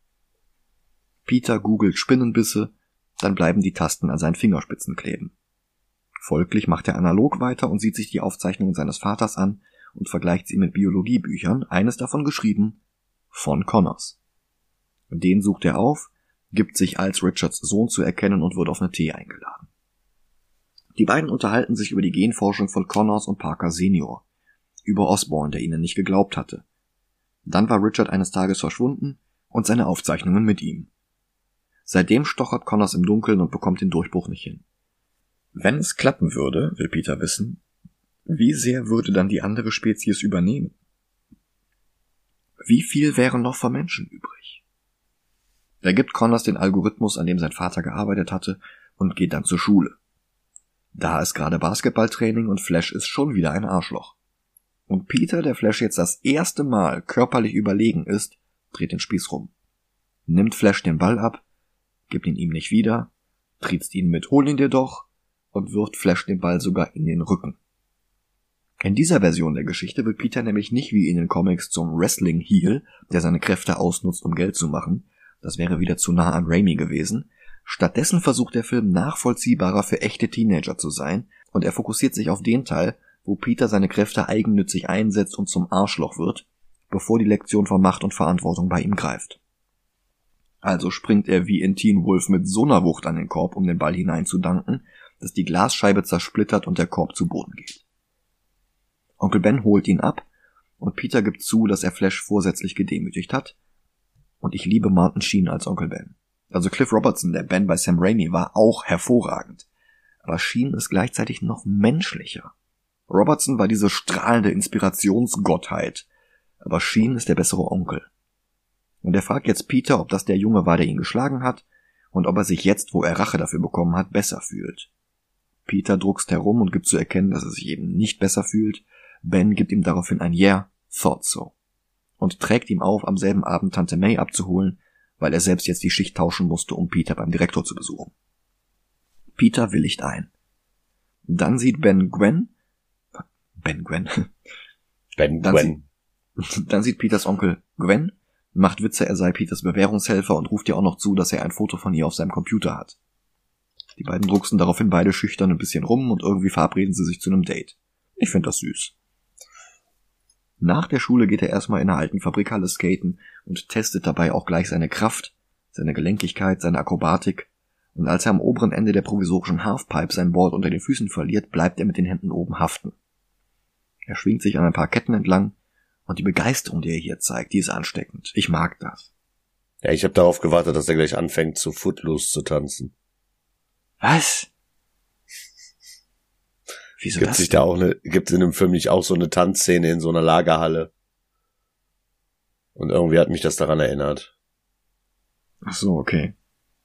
Peter googelt Spinnenbisse, dann bleiben die Tasten an seinen Fingerspitzen kleben. Folglich macht er analog weiter und sieht sich die Aufzeichnungen seines Vaters an und vergleicht sie mit Biologiebüchern, eines davon geschrieben von Connors. Den sucht er auf, gibt sich als Richards Sohn zu erkennen und wird auf eine Tee eingeladen. Die beiden unterhalten sich über die Genforschung von Connors und Parker Senior, über Osborn, der ihnen nicht geglaubt hatte. Dann war Richard eines Tages verschwunden und seine Aufzeichnungen mit ihm. Seitdem stochert Connors im Dunkeln und bekommt den Durchbruch nicht hin. Wenn es klappen würde, will Peter wissen, wie sehr würde dann die andere Spezies übernehmen? Wie viel wären noch von Menschen übrig? Er gibt Connors den Algorithmus, an dem sein Vater gearbeitet hatte, und geht dann zur Schule. Da ist gerade Basketballtraining und Flash ist schon wieder ein Arschloch. Und Peter, der Flash jetzt das erste Mal körperlich überlegen ist, dreht den Spieß rum. Nimmt Flash den Ball ab, gibt ihn ihm nicht wieder, triezt ihn mit Hol ihn dir doch und wirft Flash den Ball sogar in den Rücken. In dieser Version der Geschichte wird Peter nämlich nicht wie in den Comics zum Wrestling-Heel, der seine Kräfte ausnutzt, um Geld zu machen, Das wäre wieder zu nah an Raimi gewesen. Stattdessen versucht der Film nachvollziehbarer für echte Teenager zu sein und er fokussiert sich auf den Teil, wo Peter seine Kräfte eigennützig einsetzt und zum Arschloch wird, bevor die Lektion von Macht und Verantwortung bei ihm greift. Also springt er wie in Teen Wolf mit so einer Wucht an den Korb, um den Ball hineinzudanken, dass die Glasscheibe zersplittert und der Korb zu Boden geht. Onkel Ben holt ihn ab und Peter gibt zu, dass er Flash vorsätzlich gedemütigt hat. Und ich liebe Martin Sheen als Onkel Ben. Also Cliff Robertson, der Ben bei Sam Raimi, war auch hervorragend. Aber Sheen ist gleichzeitig noch menschlicher. Robertson war diese strahlende Inspirationsgottheit. Aber Sheen ist der bessere Onkel. Und er fragt jetzt Peter, ob das der Junge war, der ihn geschlagen hat, und ob er sich jetzt, wo er Rache dafür bekommen hat, besser fühlt. Peter druckst herum und gibt zu erkennen, dass er sich eben nicht besser fühlt. Ben gibt ihm daraufhin ein Yeah, thought so. Und trägt ihm auf, am selben Abend Tante May abzuholen, weil er selbst jetzt die Schicht tauschen musste, um Peter beim Direktor zu besuchen. Peter willigt ein. Dann sieht Ben Gwen, Ben Gwen, Ben dann Gwen. Sieht, dann sieht Peters Onkel Gwen, macht Witze, er sei Peters Bewährungshelfer und ruft ihr auch noch zu, dass er ein Foto von ihr auf seinem Computer hat. Die beiden drucksen daraufhin beide schüchtern ein bisschen rum und irgendwie verabreden sie sich zu einem Date. Ich find das süß. Nach der Schule geht er erstmal in einer alten Fabrikhalle skaten und testet dabei auch gleich seine Kraft, seine Gelenkigkeit, seine Akrobatik. Und als er am oberen Ende der provisorischen Halfpipe sein Board unter den Füßen verliert, bleibt er mit den Händen oben haften. Er schwingt sich an ein paar Ketten entlang und die Begeisterung, die er hier zeigt, die ist ansteckend. Ich mag das. Ja, ich habe darauf gewartet, dass er gleich anfängt, zu Footloose zu tanzen. Was? Wieso gibt das? sich da auch eine, gibt es in dem Film nicht auch so eine Tanzszene in so einer Lagerhalle? Und irgendwie hat mich das daran erinnert. Ach so, okay.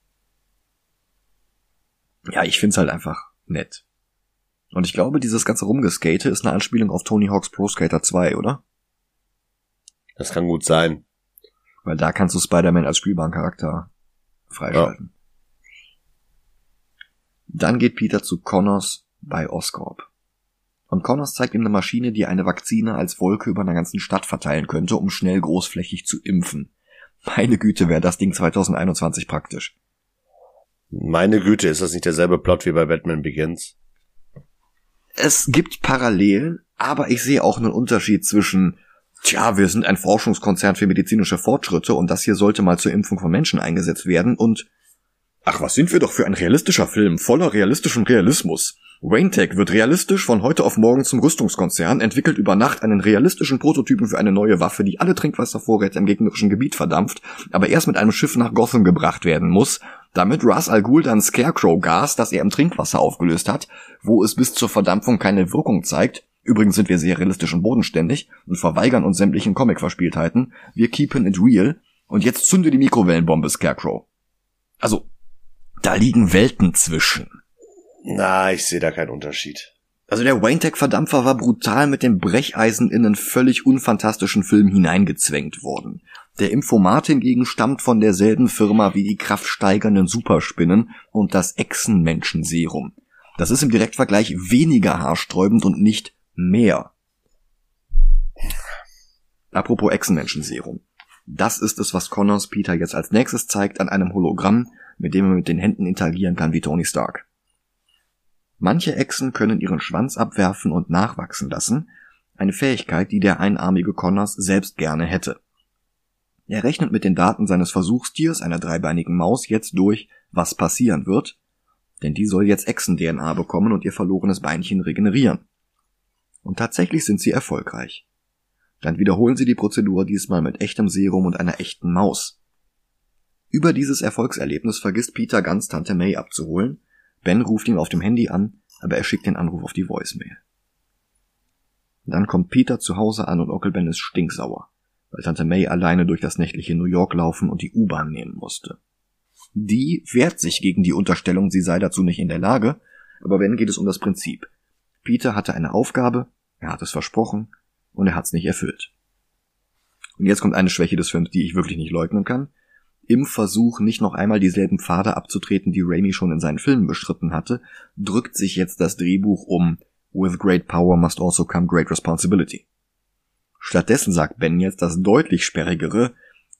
Ja, ich find's halt einfach nett. Und ich glaube, dieses ganze Rumgeskate ist eine Anspielung auf Tony Hawk's Pro Skater zwei, oder? Das kann gut sein. Weil da kannst du Spider-Man als spielbaren Charakter freischalten. Ja. Dann geht Peter zu Connors bei Oscorp. Und Connors zeigt ihm eine Maschine, die eine Vakzine als Wolke über einer ganzen Stadt verteilen könnte, um schnell großflächig zu impfen. Meine Güte, wäre das Ding zwanzig einundzwanzig praktisch. Meine Güte, ist das nicht derselbe Plot wie bei Batman Begins? Es gibt Parallelen, aber ich sehe auch einen Unterschied zwischen, tja, wir sind ein Forschungskonzern für medizinische Fortschritte und das hier sollte mal zur Impfung von Menschen eingesetzt werden und ach, was sind wir doch für ein realistischer Film, voller realistischem Realismus. Wayne-Tech wird realistisch von heute auf morgen zum Rüstungskonzern, entwickelt über Nacht einen realistischen Prototypen für eine neue Waffe, die alle Trinkwasservorräte im gegnerischen Gebiet verdampft, aber erst mit einem Schiff nach Gotham gebracht werden muss, damit Ra's al Ghul dann Scarecrow-Gas, das er im Trinkwasser aufgelöst hat, wo es bis zur Verdampfung keine Wirkung zeigt. Übrigens sind wir sehr realistisch und bodenständig und verweigern uns sämtlichen Comic-Verspieltheiten. Wir keepen it real. Und jetzt zünde die Mikrowellenbombe, Scarecrow. Also, da liegen Welten zwischen. Na, ich sehe da keinen Unterschied. Also der Wayne-Tech-Verdampfer war brutal mit dem Brecheisen in einen völlig unfantastischen Film hineingezwängt worden. Der Infomat hingegen stammt von derselben Firma wie die kraftsteigernden Superspinnen und das Echsenmenschenserum. Das ist im Direktvergleich weniger haarsträubend und nicht mehr. Apropos Echsenmenschenserum. Das ist es, was Connors Peter jetzt als nächstes zeigt an einem Hologramm, mit dem er mit den Händen interagieren kann wie Tony Stark. Manche Echsen können ihren Schwanz abwerfen und nachwachsen lassen, eine Fähigkeit, die der einarmige Connors selbst gerne hätte. Er rechnet mit den Daten seines Versuchstiers, einer dreibeinigen Maus, jetzt durch, was passieren wird, denn die soll jetzt Echsen-D N A bekommen und ihr verlorenes Beinchen regenerieren. Und tatsächlich sind sie erfolgreich. Dann wiederholen sie die Prozedur diesmal mit echtem Serum und einer echten Maus. Über dieses Erfolgserlebnis vergisst Peter ganz, Tante May abzuholen. Ben ruft ihn auf dem Handy an, aber er schickt den Anruf auf die Voicemail. Dann kommt Peter zu Hause an und Onkel Ben ist stinksauer, weil Tante May alleine durch das nächtliche New York laufen und die U-Bahn nehmen musste. Die wehrt sich gegen die Unterstellung, sie sei dazu nicht in der Lage, aber Ben geht es um das Prinzip. Peter hatte eine Aufgabe, er hat es versprochen und er hat es nicht erfüllt. Und jetzt kommt eine Schwäche des Films, die ich wirklich nicht leugnen kann. Im Versuch, nicht noch einmal dieselben Pfade abzutreten, die Raimi schon in seinen Filmen bestritten hatte, drückt sich jetzt das Drehbuch um With great power must also come great responsibility. Stattdessen sagt Ben jetzt das deutlich sperrigere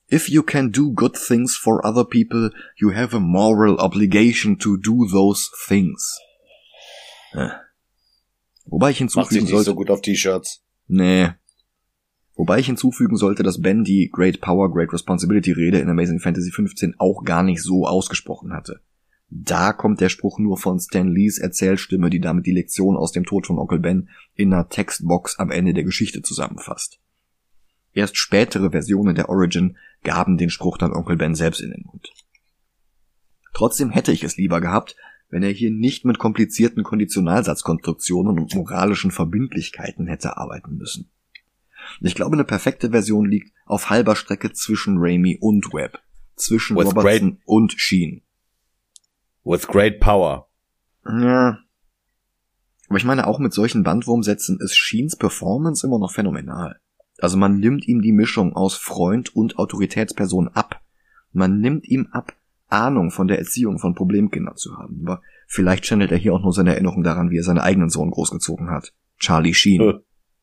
If you can do good things for other people, you have a moral obligation to do those things. Ja. Wobei ich hinzufügen Macht sich nicht sollte... so gut auf T-Shirts. Nee. Wobei ich hinzufügen sollte, dass Ben die Great Power, Great Responsibility Rede in Amazing Fantasy fünfzehn auch gar nicht so ausgesprochen hatte. Da kommt der Spruch nur von Stan Lees Erzählstimme, die damit die Lektion aus dem Tod von Onkel Ben in einer Textbox am Ende der Geschichte zusammenfasst. Erst spätere Versionen der Origin gaben den Spruch dann Onkel Ben selbst in den Mund. Trotzdem hätte ich es lieber gehabt, wenn er hier nicht mit komplizierten Konditionalsatzkonstruktionen und moralischen Verbindlichkeiten hätte arbeiten müssen. Ich glaube, eine perfekte Version liegt auf halber Strecke zwischen Raimi und Webb, zwischen With Robertson great, und Sheen. With great power. Ja. Aber ich meine, auch mit solchen Bandwurmsätzen ist Sheens Performance immer noch phänomenal. Also man nimmt ihm die Mischung aus Freund und Autoritätsperson ab. Man nimmt ihm ab, Ahnung von der Erziehung von Problemkindern zu haben. Aber vielleicht channelt er hier auch nur seine Erinnerung daran, wie er seinen eigenen Sohn großgezogen hat. Charlie Sheen.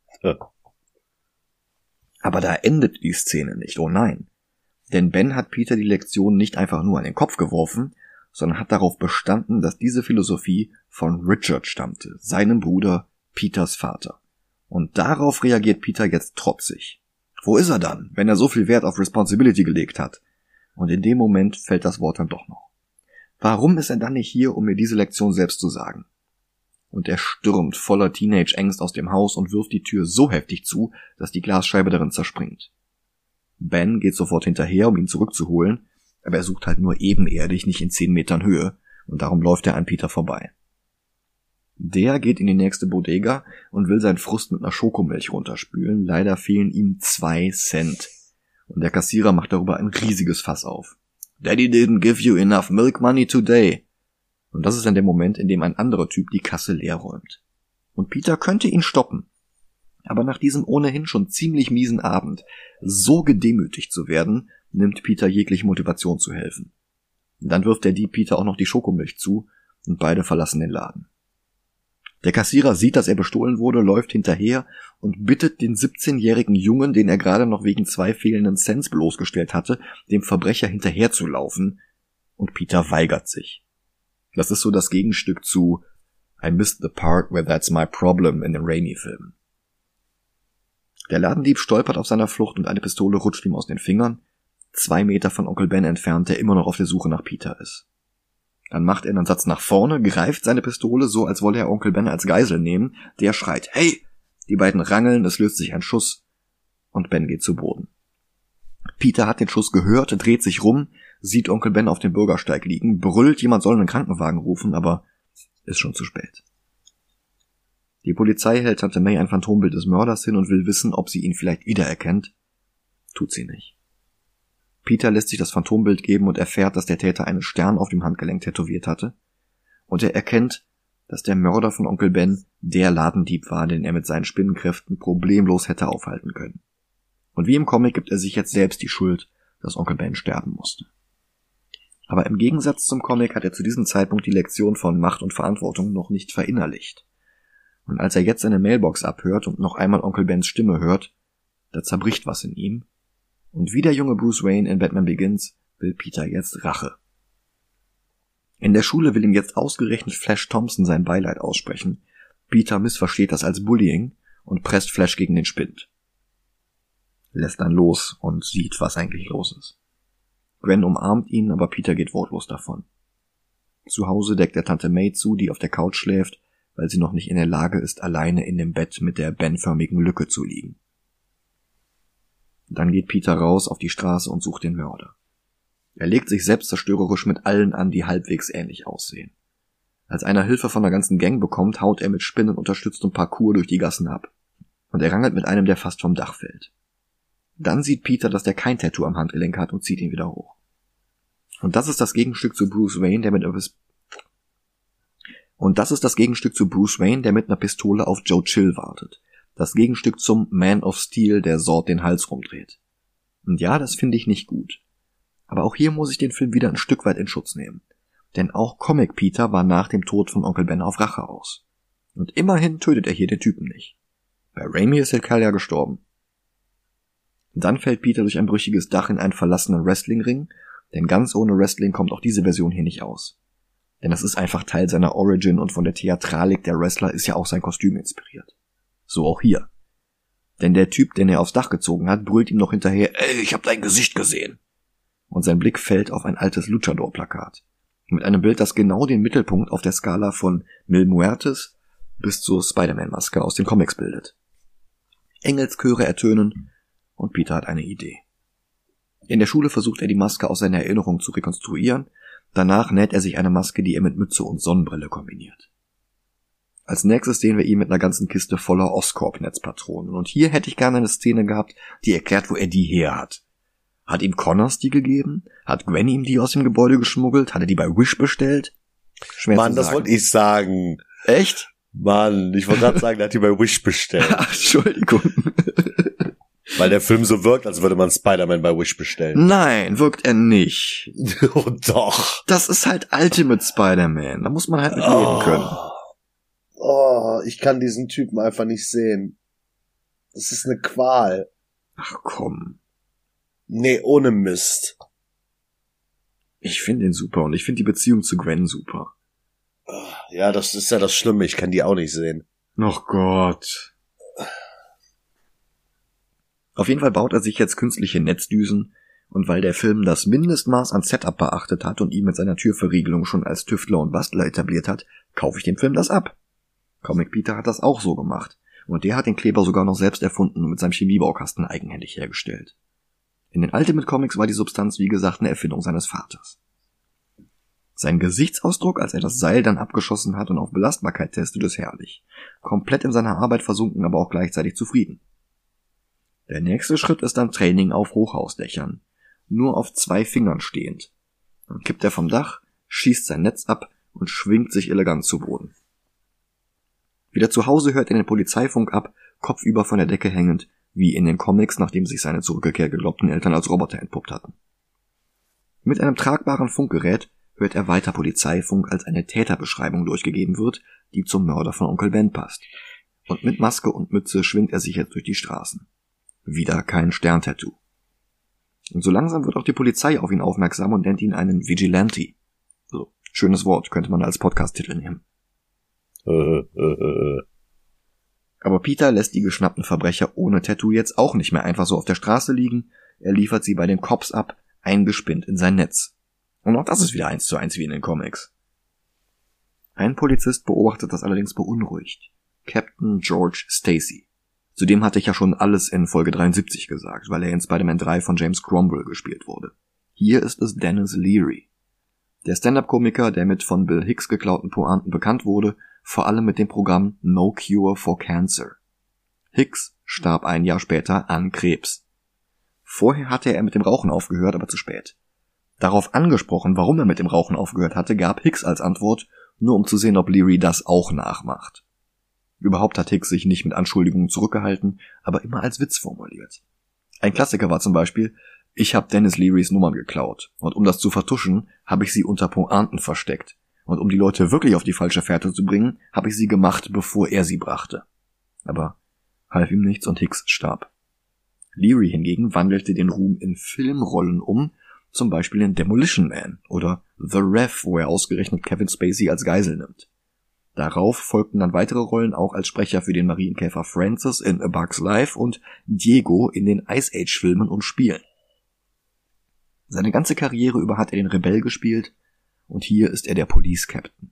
Aber da endet die Szene nicht, oh nein. Denn Ben hat Peter die Lektion nicht einfach nur an den Kopf geworfen, sondern hat darauf bestanden, dass diese Philosophie von Richard stammte, seinem Bruder, Peters Vater. Und darauf reagiert Peter jetzt trotzig. Wo ist er dann, wenn er so viel Wert auf Responsibility gelegt hat? Und in dem Moment fällt das Wort dann doch noch. Warum ist er dann nicht hier, um mir diese Lektion selbst zu sagen? Und er stürmt voller Teenage-Angst aus dem Haus und wirft die Tür so heftig zu, dass die Glasscheibe darin zerspringt. Ben geht sofort hinterher, um ihn zurückzuholen, aber er sucht halt nur ebenerdig, nicht in zehn Metern Höhe, und darum läuft er an Peter vorbei. Der geht in die nächste Bodega und will seinen Frust mit einer Schokomilch runterspülen, leider fehlen ihm zwei Cent. Und der Kassierer macht darüber ein riesiges Fass auf. Daddy didn't give you enough milk money today. Und das ist dann der Moment, in dem ein anderer Typ die Kasse leer räumt. Und Peter könnte ihn stoppen. Aber nach diesem ohnehin schon ziemlich miesen Abend, so gedemütigt zu werden, nimmt Peter jegliche Motivation zu helfen. Dann wirft der Dieb Peter auch noch die Schokomilch zu und beide verlassen den Laden. Der Kassierer sieht, dass er bestohlen wurde, läuft hinterher und bittet den siebzehnjährigen Jungen, den er gerade noch wegen zwei fehlenden Cents bloßgestellt hatte, dem Verbrecher hinterherzulaufen, und Peter weigert sich. Das ist so das Gegenstück zu I missed the part where that's my problem in den Raimi-Filmen. Der Ladendieb stolpert auf seiner Flucht und eine Pistole rutscht ihm aus den Fingern, zwei Meter von Onkel Ben entfernt, der immer noch auf der Suche nach Peter ist. Dann macht er einen Satz nach vorne, greift seine Pistole so, als wolle er Onkel Ben als Geisel nehmen. Der schreit, hey! Die beiden rangeln, es löst sich ein Schuss und Ben geht zu Boden. Peter hat den Schuss gehört, dreht sich rum, sieht Onkel Ben auf dem Bürgersteig liegen, brüllt, jemand soll einen Krankenwagen rufen, aber ist schon zu spät. Die Polizei hält Tante May ein Phantombild des Mörders hin und will wissen, ob sie ihn vielleicht wiedererkennt. Tut sie nicht. Peter lässt sich das Phantombild geben und erfährt, dass der Täter einen Stern auf dem Handgelenk tätowiert hatte. Und er erkennt, dass der Mörder von Onkel Ben der Ladendieb war, den er mit seinen Spinnenkräften problemlos hätte aufhalten können. Und wie im Comic gibt er sich jetzt selbst die Schuld, dass Onkel Ben sterben musste. Aber im Gegensatz zum Comic hat er zu diesem Zeitpunkt die Lektion von Macht und Verantwortung noch nicht verinnerlicht. Und als er jetzt seine Mailbox abhört und noch einmal Onkel Bens Stimme hört, da zerbricht was in ihm. Und wie der junge Bruce Wayne in Batman Begins will Peter jetzt Rache. In der Schule will ihm jetzt ausgerechnet Flash Thompson sein Beileid aussprechen. Peter missversteht das als Bullying und presst Flash gegen den Spind. Lässt dann los und sieht, was eigentlich los ist. Gwen umarmt ihn, aber Peter geht wortlos davon. Zu Hause deckt er Tante May zu, die auf der Couch schläft, weil sie noch nicht in der Lage ist, alleine in dem Bett mit der Ben-förmigen Lücke zu liegen. Dann geht Peter raus auf die Straße und sucht den Mörder. Er legt sich selbstzerstörerisch mit allen an, die halbwegs ähnlich aussehen. Als einer Hilfe von der ganzen Gang bekommt, haut er mit Spinnen unterstütztem Parkour durch die Gassen ab. Und er rangelt mit einem, der fast vom Dach fällt. Dann sieht Peter, dass der kein Tattoo am Handgelenk hat und zieht ihn wieder hoch. Und das ist das Gegenstück zu Bruce Wayne, der mit einer Pist- Und das ist das Gegenstück zu Bruce Wayne, der mit einer Pistole auf Joe Chill wartet. Das Gegenstück zum Man of Steel, der Zod den Hals rumdreht. Und ja, das finde ich nicht gut. Aber auch hier muss ich den Film wieder ein Stück weit in Schutz nehmen. Denn auch Comic Peter war nach dem Tod von Onkel Ben auf Rache aus. Und immerhin tötet er hier den Typen nicht. Bei Raimi ist der Kerl ja gestorben. Dann fällt Peter durch ein brüchiges Dach in einen verlassenen Wrestlingring, denn ganz ohne Wrestling kommt auch diese Version hier nicht aus. Denn das ist einfach Teil seiner Origin und von der Theatralik der Wrestler ist ja auch sein Kostüm inspiriert. So auch hier. Denn der Typ, den er aufs Dach gezogen hat, brüllt ihm noch hinterher, ey, ich hab dein Gesicht gesehen. Und sein Blick fällt auf ein altes Luchador-Plakat. Mit einem Bild, das genau den Mittelpunkt auf der Skala von Mil Muertes bis zur Spider-Man-Maske aus den Comics bildet. Engelschöre ertönen und Peter hat eine Idee. In der Schule versucht er die Maske aus seiner Erinnerung zu rekonstruieren, danach näht er sich eine Maske, die er mit Mütze und Sonnenbrille kombiniert. Als nächstes sehen wir ihn mit einer ganzen Kiste voller Oscorp-Netzpatronen und hier hätte ich gerne eine Szene gehabt, die erklärt, wo er die her hat. Hat ihm Connors die gegeben? Hat Gwen ihm die aus dem Gebäude geschmuggelt? Hat er die bei Wish bestellt? Schwer Mann, das wollte ich sagen. Echt? Mann, ich wollte gerade sagen, der hat die bei Wish bestellt. Ach, Entschuldigung. Weil der Film so wirkt, als würde man Spider-Man bei Wish bestellen. Nein, wirkt er nicht. Oh, doch. Das ist halt Ultimate Spider-Man. Da muss man halt mit oh. leben können. Oh, ich kann diesen Typen einfach nicht sehen. Das ist eine Qual. Ach komm. Nee, ohne Mist. Ich finde ihn super und ich finde die Beziehung zu Gwen super. Ja, das ist ja das Schlimme, ich kann die auch nicht sehen. Ach Gott. Auf jeden Fall baut er sich jetzt künstliche Netzdüsen und weil der Film das Mindestmaß an Setup beachtet hat und ihn mit seiner Türverriegelung schon als Tüftler und Bastler etabliert hat, kaufe ich dem Film das ab. Comic Peter hat das auch so gemacht und der hat den Kleber sogar noch selbst erfunden und mit seinem Chemiebaukasten eigenhändig hergestellt. In den Ultimate Comics war die Substanz, wie gesagt, eine Erfindung seines Vaters. Sein Gesichtsausdruck, als er das Seil dann abgeschossen hat und auf Belastbarkeit testet, ist herrlich. Komplett in seiner Arbeit versunken, aber auch gleichzeitig zufrieden. Der nächste Schritt ist dann Training auf Hochhausdächern. Nur auf zwei Fingern stehend. Dann kippt er vom Dach, schießt sein Netz ab und schwingt sich elegant zu Boden. Wieder zu Hause hört er den Polizeifunk ab, kopfüber von der Decke hängend, wie in den Comics, nachdem sich seine zur Rückkehr geglaubten Eltern als Roboter entpuppt hatten. Mit einem tragbaren Funkgerät hört er weiter Polizeifunk, als eine Täterbeschreibung durchgegeben wird, die zum Mörder von Onkel Ben passt. Und mit Maske und Mütze schwingt er sich jetzt durch die Straßen. Wieder kein Sterntattoo. Und so langsam wird auch die Polizei auf ihn aufmerksam und nennt ihn einen Vigilante. So, schönes Wort, könnte man als Podcast-Titel nehmen. Aber Peter lässt die geschnappten Verbrecher ohne Tattoo jetzt auch nicht mehr einfach so auf der Straße liegen. Er liefert sie bei den Cops ab, eingespinnt in sein Netz. Und auch das ist wieder eins zu eins wie in den Comics. Ein Polizist beobachtet das allerdings beunruhigt. Captain George Stacy. Zudem hatte ich ja schon alles in Folge dreiundsiebzig gesagt, weil er in Spider-Man drei von James Cromwell gespielt wurde. Hier ist es Dennis Leary. Der Stand-Up-Komiker, der mit von Bill Hicks geklauten Pointen bekannt wurde, vor allem mit dem Programm No Cure for Cancer. Hicks starb ein Jahr später an Krebs. Vorher hatte er mit dem Rauchen aufgehört, aber zu spät. Darauf angesprochen, warum er mit dem Rauchen aufgehört hatte, gab Hicks als Antwort, nur um zu sehen, ob Leary das auch nachmacht. Überhaupt hat Hicks sich nicht mit Anschuldigungen zurückgehalten, aber immer als Witz formuliert. Ein Klassiker war zum Beispiel, ich habe Dennis Learys Nummern geklaut und um das zu vertuschen, habe ich sie unter Pointen versteckt. Und um die Leute wirklich auf die falsche Fährte zu bringen, habe ich sie gemacht, bevor er sie brachte. Aber half ihm nichts und Hicks starb. Leary hingegen wandelte den Ruhm in Filmrollen um, zum Beispiel in Demolition Man oder The Rev, wo er ausgerechnet Kevin Spacey als Geisel nimmt. Darauf folgten dann weitere Rollen auch als Sprecher für den Marienkäfer Francis in A Bug's Life und Diego in den Ice Age Filmen und Spielen. Seine ganze Karriere über hat er den Rebell gespielt und hier ist er der Police Captain.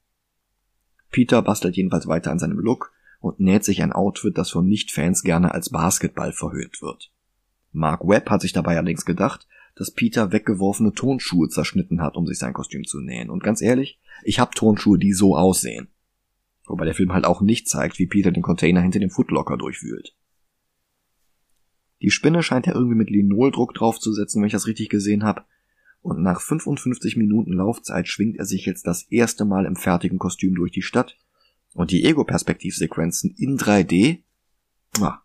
Peter bastelt jedenfalls weiter an seinem Look und näht sich ein Outfit, das von Nicht-Fans gerne als Basketball verhöhnt wird. Mark Webb hat sich dabei allerdings gedacht, dass Peter weggeworfene Turnschuhe zerschnitten hat, um sich sein Kostüm zu nähen. Und ganz ehrlich, ich hab Turnschuhe, die so aussehen. Wobei der Film halt auch nicht zeigt, wie Peter den Container hinter dem Footlocker durchwühlt. Die Spinne scheint er irgendwie mit Linoldruck draufzusetzen, wenn ich das richtig gesehen habe. Und nach fünfundfünfzig Minuten Laufzeit schwingt er sich jetzt das erste Mal im fertigen Kostüm durch die Stadt. Und die Ego-Perspektivsequenzen in drei D? Ah.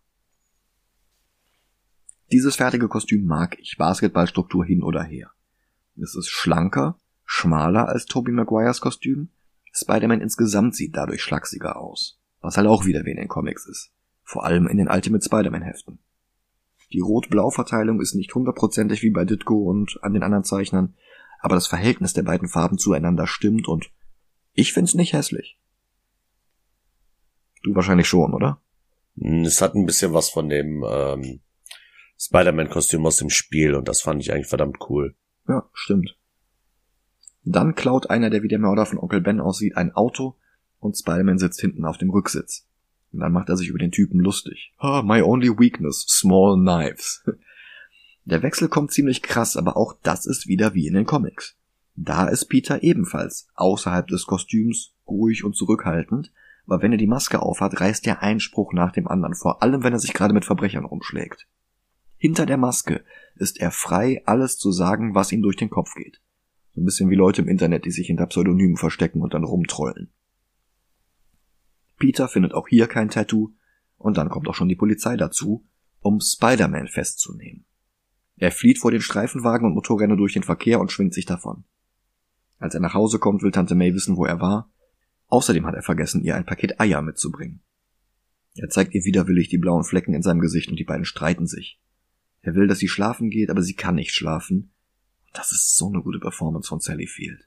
Dieses fertige Kostüm mag ich, Basketballstruktur hin oder her. Es ist schlanker, schmaler als Tobey Maguires Kostüm. Spider-Man insgesamt sieht dadurch schlachsiger aus. Was halt auch wieder wie in den Comics ist. Vor allem in den Ultimate Spider-Man Heften. Die Rot-Blau-Verteilung ist nicht hundertprozentig wie bei Ditko und an den anderen Zeichnern, aber das Verhältnis der beiden Farben zueinander stimmt und ich find's nicht hässlich. Du wahrscheinlich schon, oder? Es hat ein bisschen was von dem ähm, Spider-Man-Kostüm aus dem Spiel und das fand ich eigentlich verdammt cool. Ja, stimmt. Dann klaut einer, der wie der Mörder von Onkel Ben aussieht, ein Auto und Spider-Man sitzt hinten auf dem Rücksitz. Und dann macht er sich über den Typen lustig. Ah, my only weakness, small knives. Der Wechsel kommt ziemlich krass, aber auch das ist wieder wie in den Comics. Da ist Peter ebenfalls außerhalb des Kostüms ruhig und zurückhaltend, aber wenn er die Maske aufhat, reißt er einen Spruch nach dem anderen, vor allem wenn er sich gerade mit Verbrechern rumschlägt. Hinter der Maske ist er frei, alles zu sagen, was ihm durch den Kopf geht. So ein bisschen wie Leute im Internet, die sich hinter Pseudonymen verstecken und dann rumtrollen. Peter findet auch hier kein Tattoo und dann kommt auch schon die Polizei dazu, um Spider-Man festzunehmen. Er flieht vor den Streifenwagen und Motorrädern durch den Verkehr und schwingt sich davon. Als er nach Hause kommt, will Tante May wissen, wo er war. Außerdem hat er vergessen, ihr ein Paket Eier mitzubringen. Er zeigt ihr widerwillig die blauen Flecken in seinem Gesicht und die beiden streiten sich. Er will, dass sie schlafen geht, aber sie kann nicht schlafen. Das ist so eine gute Performance von Sally Field.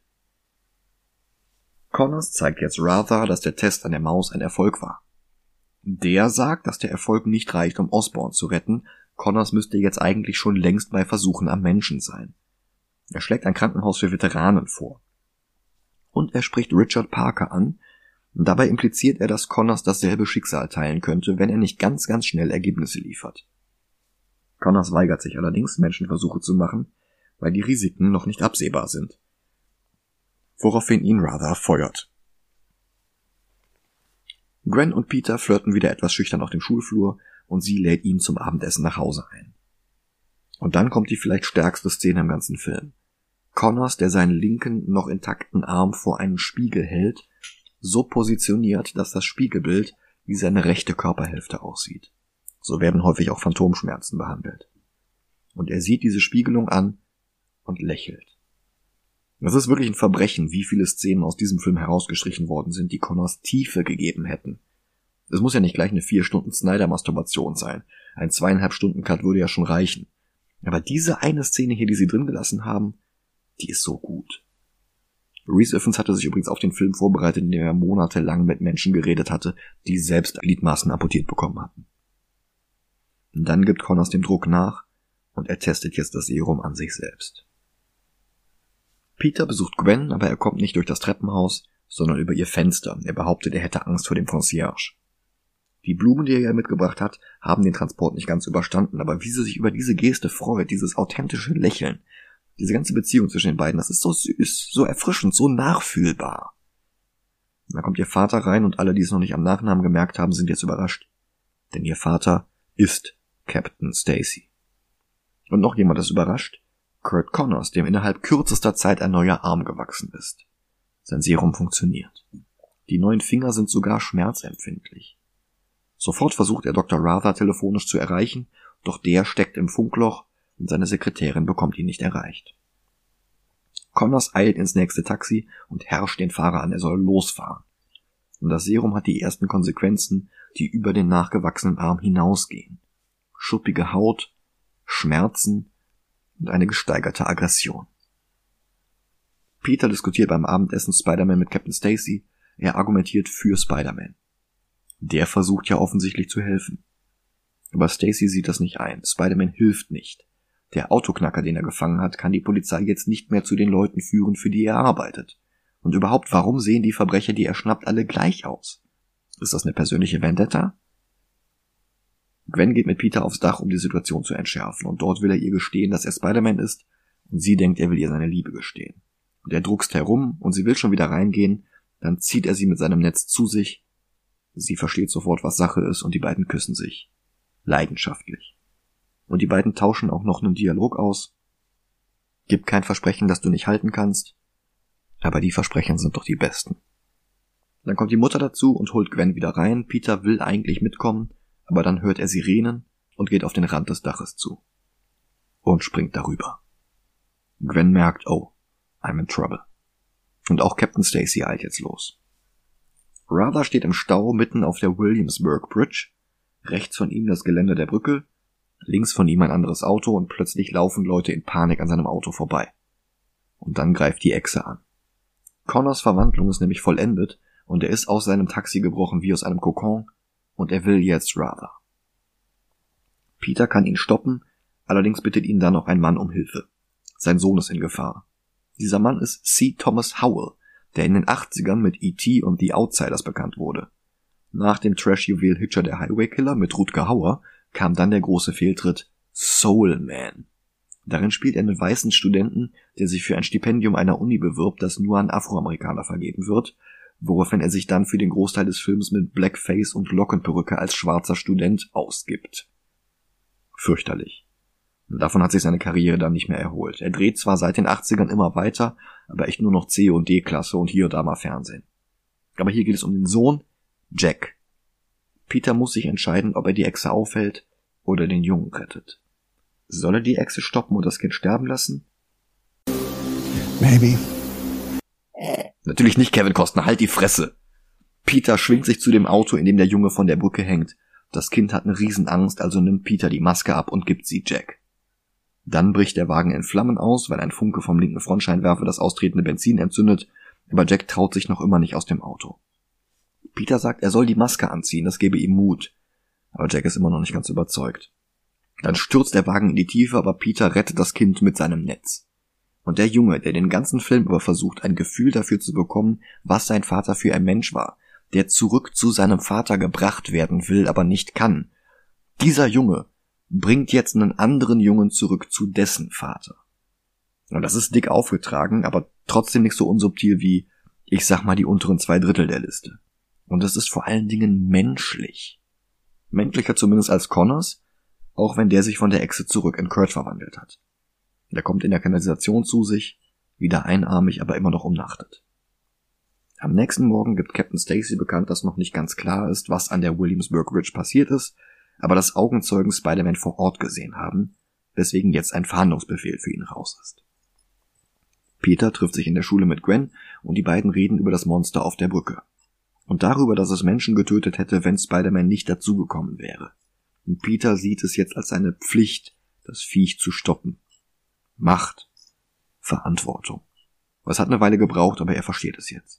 Connors zeigt jetzt Rather, dass der Test an der Maus ein Erfolg war. Der sagt, dass der Erfolg nicht reicht, um Osborn zu retten. Connors müsste jetzt eigentlich schon längst bei Versuchen am Menschen sein. Er schlägt ein Krankenhaus für Veteranen vor. Und er spricht Richard Parker an. Und dabei impliziert er, dass Connors dasselbe Schicksal teilen könnte, wenn er nicht ganz, ganz schnell Ergebnisse liefert. Connors weigert sich allerdings, Menschenversuche zu machen, weil die Risiken noch nicht absehbar sind. Woraufhin ihn Rather feuert. Gwen und Peter flirten wieder etwas schüchtern auf dem Schulflur und sie lädt ihn zum Abendessen nach Hause ein. Und dann kommt die vielleicht stärkste Szene im ganzen Film. Connors, der seinen linken, noch intakten Arm vor einen Spiegel hält, so positioniert, dass das Spiegelbild wie seine rechte Körperhälfte aussieht. So werden häufig auch Phantomschmerzen behandelt. Und er sieht diese Spiegelung an und lächelt. Es ist wirklich ein Verbrechen, wie viele Szenen aus diesem Film herausgestrichen worden sind, die Connors Tiefe gegeben hätten. Es muss ja nicht gleich eine vier Stunden Snyder-Masturbation sein. Ein zweieinhalb Stunden Cut würde ja schon reichen. Aber diese eine Szene hier, die sie drin gelassen haben, die ist so gut. Rhys Ifans hatte sich übrigens auf den Film vorbereitet, indem er monatelang mit Menschen geredet hatte, die selbst Gliedmaßen amputiert bekommen hatten. Und dann gibt Connors dem Druck nach und er testet jetzt das Serum an sich selbst. Peter besucht Gwen, aber er kommt nicht durch das Treppenhaus, sondern über ihr Fenster. Er behauptet, er hätte Angst vor dem Concierge. Die Blumen, die er ihr mitgebracht hat, haben den Transport nicht ganz überstanden, aber wie sie sich über diese Geste freut, dieses authentische Lächeln, diese ganze Beziehung zwischen den beiden, das ist so süß, so erfrischend, so nachfühlbar. Und dann kommt ihr Vater rein und alle, die es noch nicht am Nachnamen gemerkt haben, sind jetzt überrascht. Denn ihr Vater ist Captain Stacy. Und noch jemand ist überrascht. Curt Connors, dem innerhalb kürzester Zeit ein neuer Arm gewachsen ist. Sein Serum funktioniert. Die neuen Finger sind sogar schmerzempfindlich. Sofort versucht er Doktor Rather telefonisch zu erreichen, doch der steckt im Funkloch und seine Sekretärin bekommt ihn nicht erreicht. Connors eilt ins nächste Taxi und herrscht den Fahrer an, er soll losfahren. Und das Serum hat die ersten Konsequenzen, die über den nachgewachsenen Arm hinausgehen. Schuppige Haut, Schmerzen und eine gesteigerte Aggression. Peter diskutiert beim Abendessen Spider-Man mit Captain Stacy. Er argumentiert für Spider-Man. Der versucht ja offensichtlich zu helfen. Aber Stacy sieht das nicht ein. Spider-Man hilft nicht. Der Autoknacker, den er gefangen hat, kann die Polizei jetzt nicht mehr zu den Leuten führen, für die er arbeitet. Und überhaupt, warum sehen die Verbrecher, die er schnappt, alle gleich aus? Ist das eine persönliche Vendetta? Gwen geht mit Peter aufs Dach, um die Situation zu entschärfen, und dort will er ihr gestehen, dass er Spider-Man ist, und sie denkt, er will ihr seine Liebe gestehen. Und er druckst herum, und sie will schon wieder reingehen, dann zieht er sie mit seinem Netz zu sich. Sie versteht sofort, was Sache ist, und die beiden küssen sich. Leidenschaftlich. Und die beiden tauschen auch noch einen Dialog aus. Gib kein Versprechen, das du nicht halten kannst, aber die Versprechen sind doch die besten. Dann kommt die Mutter dazu und holt Gwen wieder rein. Peter will eigentlich mitkommen, aber dann hört er Sirenen und geht auf den Rand des Daches zu. Und springt darüber. Gwen merkt, oh, I'm in trouble. Und auch Captain Stacy eilt jetzt los. Rather steht im Stau mitten auf der Williamsburg Bridge, rechts von ihm das Geländer der Brücke Links von ihm ein anderes Auto und plötzlich laufen Leute in Panik an seinem Auto vorbei. Und dann greift die Echse an. Connors Verwandlung ist nämlich vollendet und er ist aus seinem Taxi gebrochen wie aus einem Kokon und er will jetzt Rather. Peter kann ihn stoppen, allerdings bittet ihn dann noch ein Mann um Hilfe. Sein Sohn ist in Gefahr. Dieser Mann ist C. Thomas Howell, der in den achtzigern mit E T und The Outsiders bekannt wurde. Nach dem Trash-Juwel Hitcher der Highway Killer mit Rutger Hauer kam dann der große Fehltritt Soul Man. Darin spielt er einen weißen Studenten, der sich für ein Stipendium einer Uni bewirbt, das nur an Afroamerikaner vergeben wird, woraufhin er sich dann für den Großteil des Films mit Blackface und Lockenperücke als schwarzer Student ausgibt. Fürchterlich. Davon hat sich seine Karriere dann nicht mehr erholt. Er dreht zwar seit den achtzigern immer weiter, aber echt nur noch C- und D-Klasse und hier und da mal Fernsehen. Aber hier geht es um den Sohn, Jack. Peter muss sich entscheiden, ob er die Echse aufhält oder den Jungen rettet. Soll er die Echse stoppen und das Kind sterben lassen? Maybe. Natürlich nicht, Kevin Costner, halt die Fresse. Peter schwingt sich zu dem Auto, in dem der Junge von der Brücke hängt. Das Kind hat eine Riesenangst, also nimmt Peter die Maske ab und gibt sie Jack. Dann bricht der Wagen in Flammen aus, weil ein Funke vom linken Frontscheinwerfer das austretende Benzin entzündet, aber Jack traut sich noch immer nicht aus dem Auto. Peter sagt, er soll die Maske anziehen, das gebe ihm Mut. Aber Jack ist immer noch nicht ganz überzeugt. Dann stürzt der Wagen in die Tiefe, aber Peter rettet das Kind mit seinem Netz. Und der Junge, der den ganzen Film über versucht, ein Gefühl dafür zu bekommen, was sein Vater für ein Mensch war, der zurück zu seinem Vater gebracht werden will, aber nicht kann. Dieser Junge bringt jetzt einen anderen Jungen zurück zu dessen Vater. Und das ist dick aufgetragen, aber trotzdem nicht so unsubtil wie, ich sag mal, die unteren zwei Drittel der Liste. Und es ist vor allen Dingen menschlich. Menschlicher zumindest als Connors, auch wenn der sich von der Echse zurück in Kurt verwandelt hat. Der kommt in der Kanalisation zu sich, wieder einarmig, aber immer noch umnachtet. Am nächsten Morgen gibt Captain Stacy bekannt, dass noch nicht ganz klar ist, was an der Williamsburg Ridge passiert ist, aber dass Augenzeugen Spider-Man vor Ort gesehen haben, weswegen jetzt ein Fahndungsbefehl für ihn raus ist. Peter trifft sich in der Schule mit Gwen und die beiden reden über das Monster auf der Brücke. Und darüber, dass es Menschen getötet hätte, wenn Spider-Man nicht dazugekommen wäre. Und Peter sieht es jetzt als seine Pflicht, das Viech zu stoppen. Macht. Verantwortung. Es hat eine Weile gebraucht, aber er versteht es jetzt.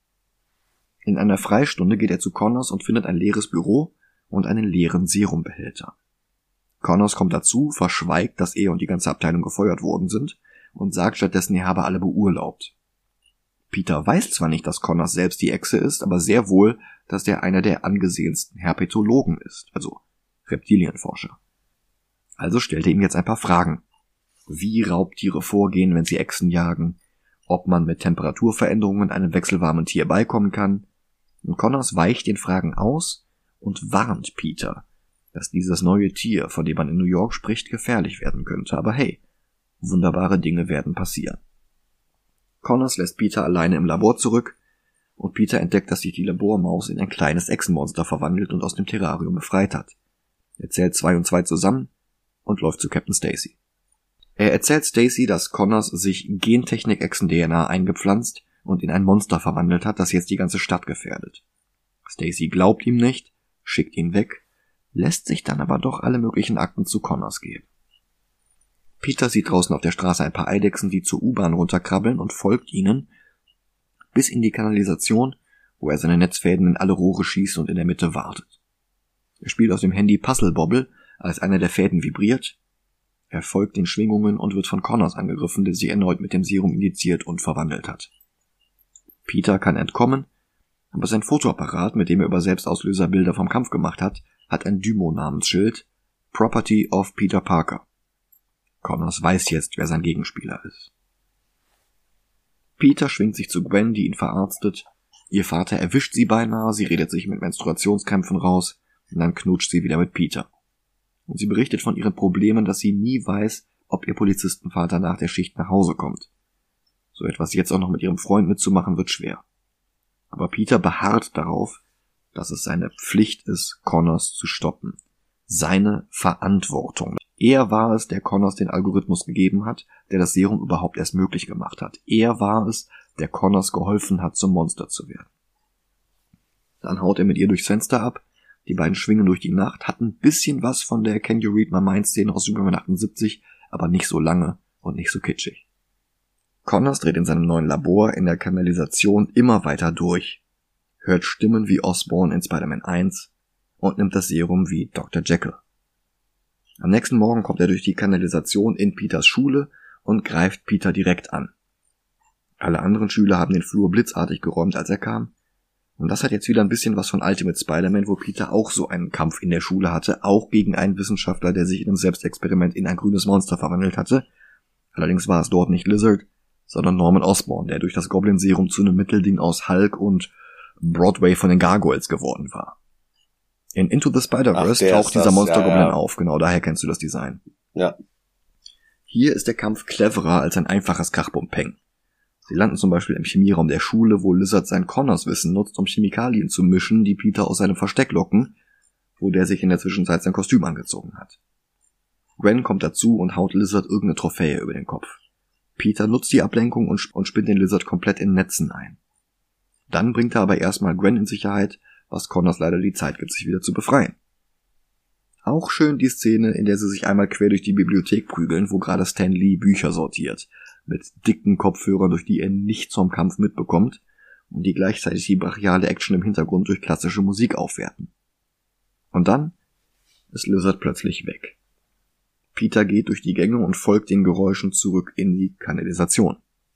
In einer Freistunde geht er zu Connors und findet ein leeres Büro und einen leeren Serumbehälter. Connors kommt dazu, verschweigt, dass er und die ganze Abteilung gefeuert worden sind und sagt stattdessen, er habe alle beurlaubt. Peter weiß zwar nicht, dass Connors selbst die Echse ist, aber sehr wohl, dass er einer der angesehensten Herpetologen ist, also Reptilienforscher. Also stellt er ihm jetzt ein paar Fragen. Wie Raubtiere vorgehen, wenn sie Echsen jagen, ob man mit Temperaturveränderungen einem wechselwarmen Tier beikommen kann. Und Connors weicht den Fragen aus und warnt Peter, dass dieses neue Tier, von dem man in New York spricht, gefährlich werden könnte. Aber hey, wunderbare Dinge werden passieren. Connors lässt Peter alleine im Labor zurück und Peter entdeckt, dass sich die Labormaus in ein kleines Echsenmonster verwandelt und aus dem Terrarium befreit hat. Er zählt zwei und zwei zusammen und läuft zu Captain Stacy. Er erzählt Stacy, dass Connors sich Gentechnik-Echsen-D N A eingepflanzt und in ein Monster verwandelt hat, das jetzt die ganze Stadt gefährdet. Stacy glaubt ihm nicht, schickt ihn weg, lässt sich dann aber doch alle möglichen Akten zu Connors geben. Peter sieht draußen auf der Straße ein paar Eidechsen, die zur U-Bahn runterkrabbeln und folgt ihnen bis in die Kanalisation, wo er seine Netzfäden in alle Rohre schießt und in der Mitte wartet. Er spielt aus dem Handy Puzzle Bobble, als einer der Fäden vibriert. Er folgt den Schwingungen und wird von Connors angegriffen, der sich erneut mit dem Serum injiziert und verwandelt hat. Peter kann entkommen, aber sein Fotoapparat, mit dem er über Selbstauslöserbilder vom Kampf gemacht hat, hat ein Dymo-Namensschild Property of Peter Parker. Connors weiß jetzt, wer sein Gegenspieler ist. Peter schwingt sich zu Gwen, die ihn verarztet. Ihr Vater erwischt sie beinahe, sie redet sich mit Menstruationskämpfen raus und dann knutscht sie wieder mit Peter. Und sie berichtet von ihren Problemen, dass sie nie weiß, ob ihr Polizistenvater nach der Schicht nach Hause kommt. So etwas jetzt auch noch mit ihrem Freund mitzumachen, wird schwer. Aber Peter beharrt darauf, dass es seine Pflicht ist, Connors zu stoppen. Seine Verantwortung. Er war es, der Connors den Algorithmus gegeben hat, der das Serum überhaupt erst möglich gemacht hat. Er war es, der Connors geholfen hat, zum Monster zu werden. Dann haut er mit ihr durchs Fenster ab, Die beiden schwingen durch die Nacht, hatten ein bisschen was von der Can You Read My Mind Szene aus Superman achtundsiebzig, aber nicht so lange und nicht so kitschig. Connors dreht in seinem neuen Labor in der Kanalisation immer weiter durch, hört Stimmen wie Osborn in Spider-Man eins und nimmt das Serum wie Doktor Jekyll. Am nächsten Morgen kommt er durch die Kanalisation in Peters Schule und greift Peter direkt an. Alle anderen Schüler haben den Flur blitzartig geräumt, als er kam. Und das hat jetzt wieder ein bisschen was von Ultimate Spider-Man, wo Peter auch so einen Kampf in der Schule hatte, auch gegen einen Wissenschaftler, der sich in einem Selbstexperiment in ein grünes Monster verwandelt hatte. Allerdings war es dort nicht Lizard, sondern Norman Osborn, der durch das Goblin-Serum zu einem Mittelding aus Hulk und Broadway von den Gargoyles geworden war. In Into the Spider-Verse Ach, taucht dieser das, Monster-Goblin ja, ja. auf, genau, daher kennst du das Design. Ja. Hier ist der Kampf cleverer als ein einfaches Krachbumpeng. Sie landen zum Beispiel im Chemieraum der Schule, wo Lizard sein Connors-Wissen nutzt, um Chemikalien zu mischen, die Peter aus seinem Versteck locken, wo der sich in der Zwischenzeit sein Kostüm angezogen hat. Gwen kommt dazu und haut Lizard irgendeine Trophäe über den Kopf. Peter nutzt die Ablenkung und, sp- und spinnt den Lizard komplett in Netzen ein. Dann bringt er aber erstmal Gwen in Sicherheit, was Connors leider die Zeit gibt, sich wieder zu befreien. Auch schön die Szene, in der sie sich einmal quer durch die Bibliothek prügeln, wo gerade Stan Lee Bücher sortiert, mit dicken Kopfhörern, durch die er nichts vom Kampf mitbekommt und die gleichzeitig die brachiale Action im Hintergrund durch klassische Musik aufwerten. Und dann ist Lizard plötzlich weg. Peter geht durch die Gänge und folgt den Geräuschen zurück in die Kanalisation.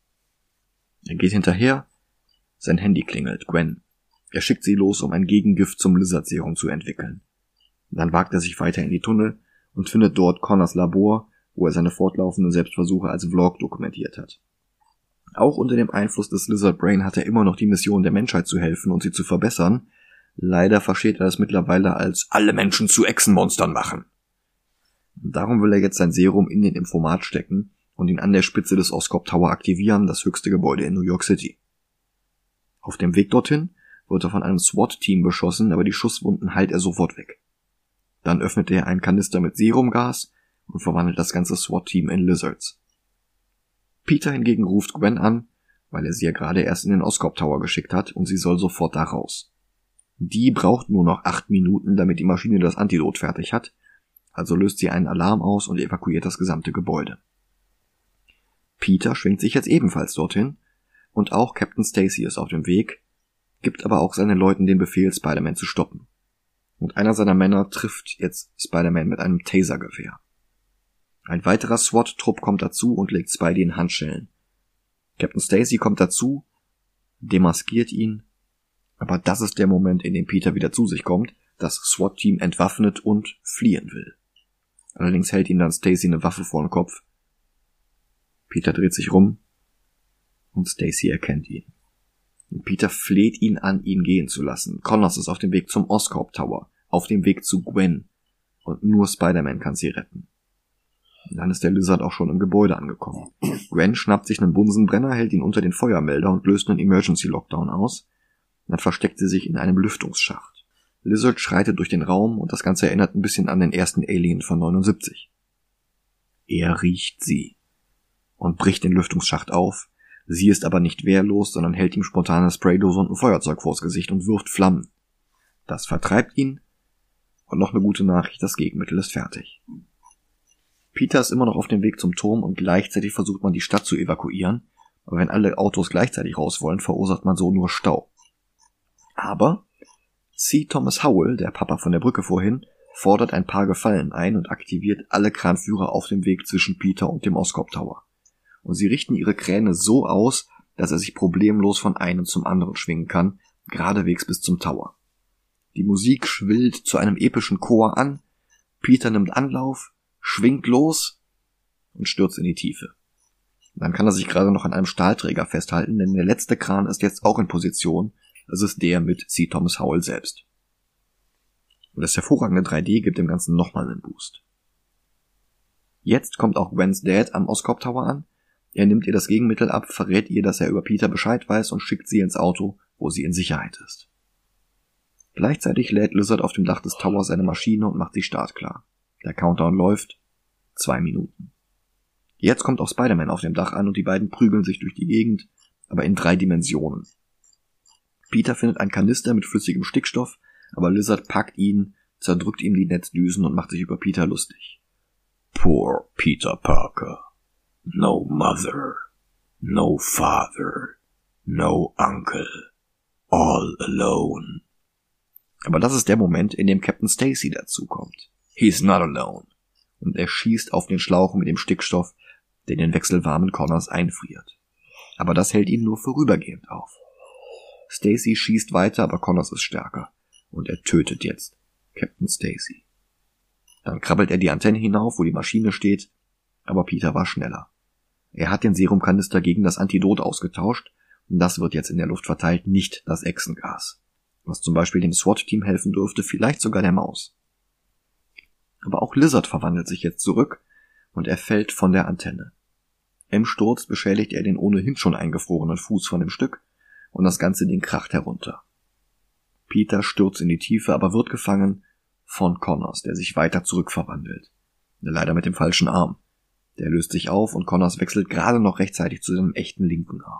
Er geht hinterher, sein Handy klingelt, Gwen. Er schickt sie los, um ein Gegengift zum Lizard-Serum zu entwickeln. Dann wagt er sich weiter in die Tunnel und findet dort Connors Labor, wo er seine fortlaufenden Selbstversuche als Vlog dokumentiert hat. Auch unter dem Einfluss des Lizard Brain hat er immer noch die Mission, der Menschheit zu helfen und sie zu verbessern. Leider versteht er das mittlerweile als alle Menschen zu Echsenmonstern machen. Darum will er jetzt sein Serum in den Informat stecken und ihn an der Spitze des Oscorp Tower aktivieren, das höchste Gebäude in New York City. Auf dem Weg dorthin wird er von einem SWAT-Team beschossen, aber die Schusswunden heilt er sofort weg. Dann öffnet er einen Kanister mit Serumgas und verwandelt das ganze SWAT-Team in Lizards. Peter hingegen ruft Gwen an, weil er sie ja gerade erst in den Oscorp Tower geschickt hat und sie soll sofort da raus. Die braucht nur noch acht Minuten, damit die Maschine das Antidot fertig hat, also löst sie einen Alarm aus und evakuiert das gesamte Gebäude. Peter schwingt sich jetzt ebenfalls dorthin und auch Captain Stacy ist auf dem Weg, gibt aber auch seinen Leuten den Befehl, Spider-Man zu stoppen. Und einer seiner Männer trifft jetzt Spider-Man mit einem Tasergewehr. Ein weiterer SWAT-Trupp kommt dazu und legt Spidey in Handschellen. Captain Stacy kommt dazu, demaskiert ihn, aber das ist der Moment, in dem Peter wieder zu sich kommt, das SWAT-Team entwaffnet und fliehen will. Allerdings hält ihm dann Stacy eine Waffe vor den Kopf. Peter dreht sich rum und Stacy erkennt ihn. Und Peter fleht ihn an, ihn gehen zu lassen. Connors ist auf dem Weg zum Oscorp Tower, auf dem Weg zu Gwen. Und nur Spider-Man kann sie retten. Und dann ist der Lizard auch schon im Gebäude angekommen. Gwen schnappt sich einen Bunsenbrenner, hält ihn unter den Feuermelder und löst einen Emergency Lockdown aus. Dann versteckt sie sich in einem Lüftungsschacht. Lizard schreitet durch den Raum und das Ganze erinnert ein bisschen an den ersten Alien von neunundsiebzig. Er riecht sie und bricht den Lüftungsschacht auf. Sie ist aber nicht wehrlos, sondern hält ihm spontane Spraydose und ein Feuerzeug vors Gesicht und wirft Flammen. Das vertreibt ihn. Und noch eine gute Nachricht, das Gegenmittel ist fertig. Peter ist immer noch auf dem Weg zum Turm und gleichzeitig versucht man die Stadt zu evakuieren. Aber wenn alle Autos gleichzeitig raus wollen, verursacht man so nur Stau. Aber C. Thomas Howell, der Papa von der Brücke vorhin, fordert ein paar Gefallen ein und aktiviert alle Kranführer auf dem Weg zwischen Peter und dem Oscorp Tower. Und sie richten ihre Kräne so aus, dass er sich problemlos von einem zum anderen schwingen kann, geradewegs bis zum Tower. Die Musik schwillt zu einem epischen Chor an, Peter nimmt Anlauf, schwingt los und stürzt in die Tiefe. Dann kann er sich gerade noch an einem Stahlträger festhalten, denn der letzte Kran ist jetzt auch in Position, das ist der mit C. Thomas Howell selbst. Und das hervorragende drei D gibt dem Ganzen nochmal einen Boost. Jetzt kommt auch Gwens Dad am Oscorp Tower an. Er nimmt ihr das Gegenmittel ab, verrät ihr, dass er über Peter Bescheid weiß und schickt sie ins Auto, wo sie in Sicherheit ist. Gleichzeitig lädt Lizard auf dem Dach des Towers seine Maschine und macht sie startklar. Der Countdown läuft. Zwei Minuten. Jetzt kommt auch Spider-Man auf dem Dach an und die beiden prügeln sich durch die Gegend, aber in drei Dimensionen. Peter findet einen Kanister mit flüssigem Stickstoff, aber Lizard packt ihn, zerdrückt ihm die Netzdüsen und macht sich über Peter lustig. Poor Peter Parker. No mother. No father. No uncle. All alone. Aber das ist der Moment, in dem Captain Stacy dazukommt. He's not alone. Und er schießt auf den Schlauch mit dem Stickstoff, der den wechselwarmen Connors einfriert. Aber das hält ihn nur vorübergehend auf. Stacy schießt weiter, aber Connors ist stärker. Und er tötet jetzt Captain Stacy. Dann krabbelt er die Antenne hinauf, wo die Maschine steht, aber Peter war schneller. Er hat den Serumkanister gegen das Antidot ausgetauscht, und das wird jetzt in der Luft verteilt, nicht das Echsengas. Was zum Beispiel dem SWAT-Team helfen dürfte, vielleicht sogar der Maus. Aber auch Lizard verwandelt sich jetzt zurück, und er fällt von der Antenne. Im Sturz beschädigt er den ohnehin schon eingefrorenen Fuß von dem Stück, und das ganze Ding kracht herunter. Peter stürzt in die Tiefe, aber wird gefangen von Connors, der sich weiter zurückverwandelt. Leider mit dem falschen Arm. Der löst sich auf und Connors wechselt gerade noch rechtzeitig zu seinem echten linken Arm.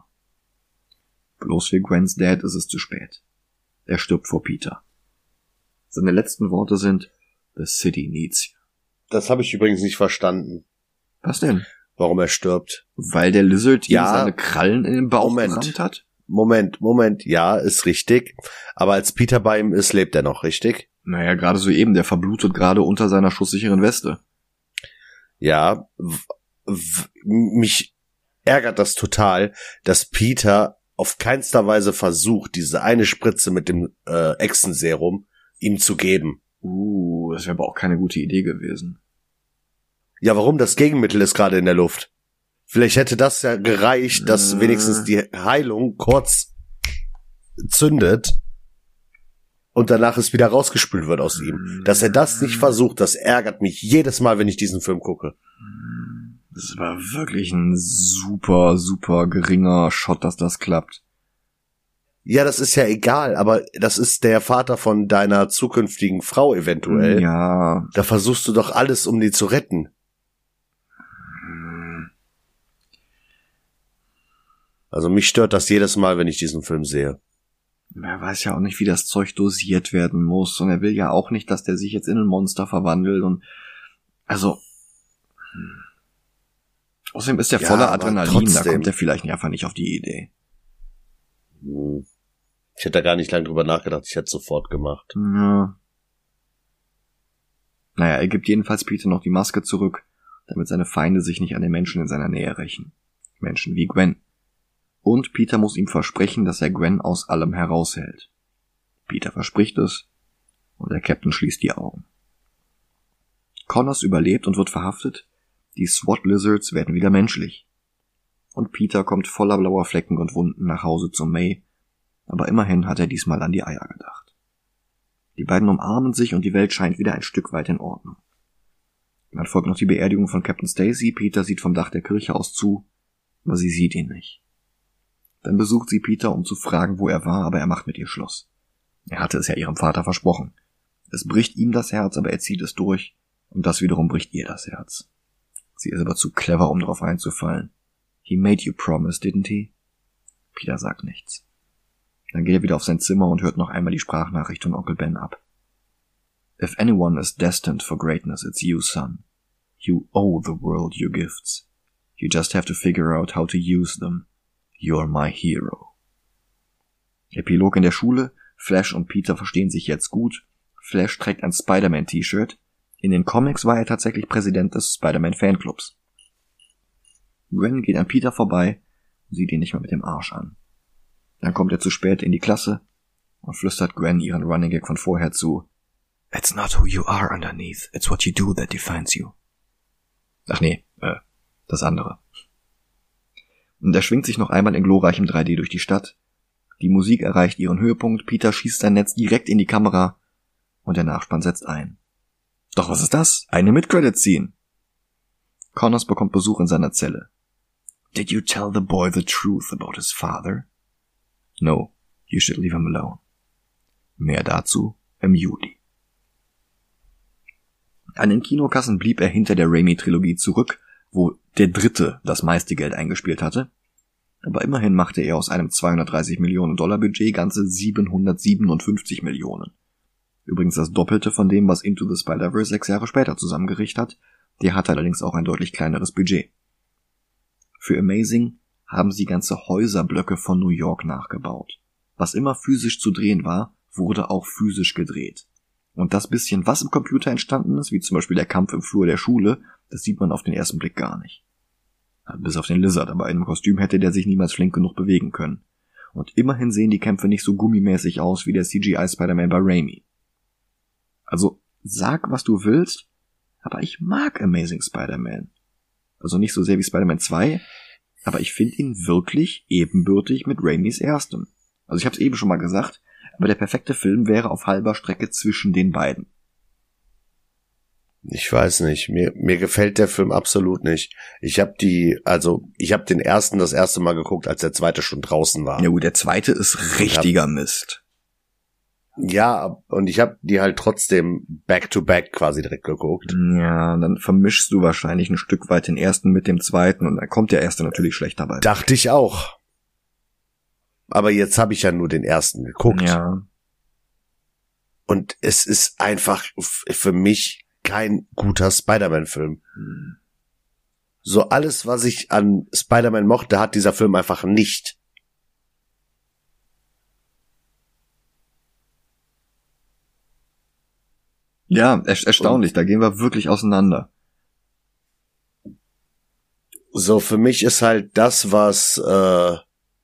Bloß für Gwens Dad ist es zu spät. Er stirbt vor Peter. Seine letzten Worte sind, "The city needs you." Das habe ich übrigens nicht verstanden. Was denn? Warum er stirbt. Weil der Lizard ja, ihm seine Krallen in den Bauch Moment. gerammt hat? Moment, Moment, ja, ist richtig. Aber als Peter bei ihm ist, lebt er noch, richtig? Naja, gerade so eben, der verblutet gerade unter seiner schusssicheren Weste. Ja, w- w- mich ärgert das total, dass Peter auf keinster Weise versucht, diese eine Spritze mit dem äh, Echsenserum ihm zu geben. Uh, das wäre aber auch keine gute Idee gewesen. Ja, warum? Das Gegenmittel ist gerade in der Luft. Vielleicht hätte das ja gereicht, dass äh. wenigstens die Heilung kurz zündet und danach es wieder rausgespült wird aus ihm. Dass er das nicht versucht, das ärgert mich jedes Mal, wenn ich diesen Film gucke. Das war wirklich ein super, super geringer Shot, dass das klappt. Ja, das ist ja egal, aber das ist der Vater von deiner zukünftigen Frau eventuell. Ja. Da versuchst du doch alles, um die zu retten. Also mich stört das jedes Mal, wenn ich diesen Film sehe. Er weiß ja auch nicht, wie das Zeug dosiert werden muss. Und er will ja auch nicht, dass der sich jetzt in ein Monster verwandelt. Und also hm. Außerdem ist der Ja, voller aber Adrenalin. trotzdem. Da kommt er vielleicht einfach nicht auf die Idee. Hm. Ich hätte da gar nicht lange drüber nachgedacht. Ich hätte es sofort gemacht. Ja. Naja, er gibt jedenfalls Peter noch die Maske zurück, damit seine Feinde sich nicht an den Menschen in seiner Nähe rächen. Menschen wie Gwen. Und Peter muss ihm versprechen, dass er Gwen aus allem heraushält. Peter verspricht es, und der Captain schließt die Augen. Connors überlebt und wird verhaftet, die SWAT-Lizards werden wieder menschlich. Und Peter kommt voller blauer Flecken und Wunden nach Hause zu May, aber immerhin hat er diesmal an die Eier gedacht. Die beiden umarmen sich und die Welt scheint wieder ein Stück weit in Ordnung. Dann folgt noch die Beerdigung von Captain Stacy, Peter sieht vom Dach der Kirche aus zu, aber sie sieht ihn nicht. Dann besucht sie Peter, um zu fragen, wo er war, aber er macht mit ihr Schluss. Er hatte es ja ihrem Vater versprochen. Es bricht ihm das Herz, aber er zieht es durch, und das wiederum bricht ihr das Herz. Sie ist aber zu clever, um darauf einzufallen. He made you promise, didn't he? Peter sagt nichts. Dann geht er wieder auf sein Zimmer und hört noch einmal die Sprachnachricht von Onkel Ben ab. If anyone is destined for greatness, it's you, son. You owe the world your gifts. You just have to figure out how to use them. You're my hero. Epilog in der Schule. Flash und Peter verstehen sich jetzt gut. Flash trägt ein Spider-Man-T-Shirt. In den Comics war er tatsächlich Präsident des Spider-Man-Fanclubs. Gwen geht an Peter vorbei und sieht ihn nicht mehr mit dem Arsch an. Dann kommt er zu spät in die Klasse und flüstert Gwen ihren Running Gag von vorher zu. It's not who you are underneath, it's what you do that defines you. Ach nee, äh, das andere. Und er schwingt sich noch einmal in glorreichem drei D durch die Stadt. Die Musik erreicht ihren Höhepunkt, Peter schießt sein Netz direkt in die Kamera und der Nachspann setzt ein. Doch was ist das? Eine Mid-Credit-Scene. Connors bekommt Besuch in seiner Zelle. Did you tell the boy the truth about his father? No, you should leave him alone. Mehr dazu im Juli. An den Kinokassen blieb er hinter der Raimi-Trilogie zurück, wo der dritte das meiste Geld eingespielt hatte. Aber immerhin machte er aus einem zweihundertdreißig Millionen Dollar Budget ganze siebenhundertsiebenundfünfzig Millionen. Übrigens das Doppelte von dem, was Into the Spider-Verse sechs Jahre später zusammengerichtet hat. Der hat allerdings auch ein deutlich kleineres Budget. Für Amazing haben sie ganze Häuserblöcke von New York nachgebaut. Was immer physisch zu drehen war, wurde auch physisch gedreht. Und das bisschen, was im Computer entstanden ist, wie zum Beispiel der Kampf im Flur der Schule, das sieht man auf den ersten Blick gar nicht. Bis auf den Lizard, aber in einem Kostüm hätte der sich niemals flink genug bewegen können. Und immerhin sehen die Kämpfe nicht so gummimäßig aus wie der C G I-Spider-Man bei Raimi. Also, sag, was du willst, aber ich mag Amazing Spider-Man. Also nicht so sehr wie Spider-Man zwei, aber ich finde ihn wirklich ebenbürtig mit Raimis erstem. Also ich habe es eben schon mal gesagt, aber der perfekte Film wäre auf halber Strecke zwischen den beiden. Ich weiß nicht, mir mir gefällt der Film absolut nicht. Ich habe die, also ich habe den ersten das erste Mal geguckt, als der zweite schon draußen war. Ja gut, der zweite ist richtiger hab, Mist. Ja, und ich habe die halt trotzdem back-to-back quasi direkt geguckt. Ja, dann vermischst du wahrscheinlich ein Stück weit den ersten mit dem zweiten und dann kommt der erste natürlich schlecht dabei. Dachte ich auch. Aber jetzt habe ich ja nur den ersten geguckt. Ja. Und es ist einfach für mich kein guter Spider-Man-Film. Hm. So alles, was ich an Spider-Man mochte, hat dieser Film einfach nicht. Ja, er- erstaunlich, Und da gehen wir wirklich auseinander. So, für mich ist halt das, was äh,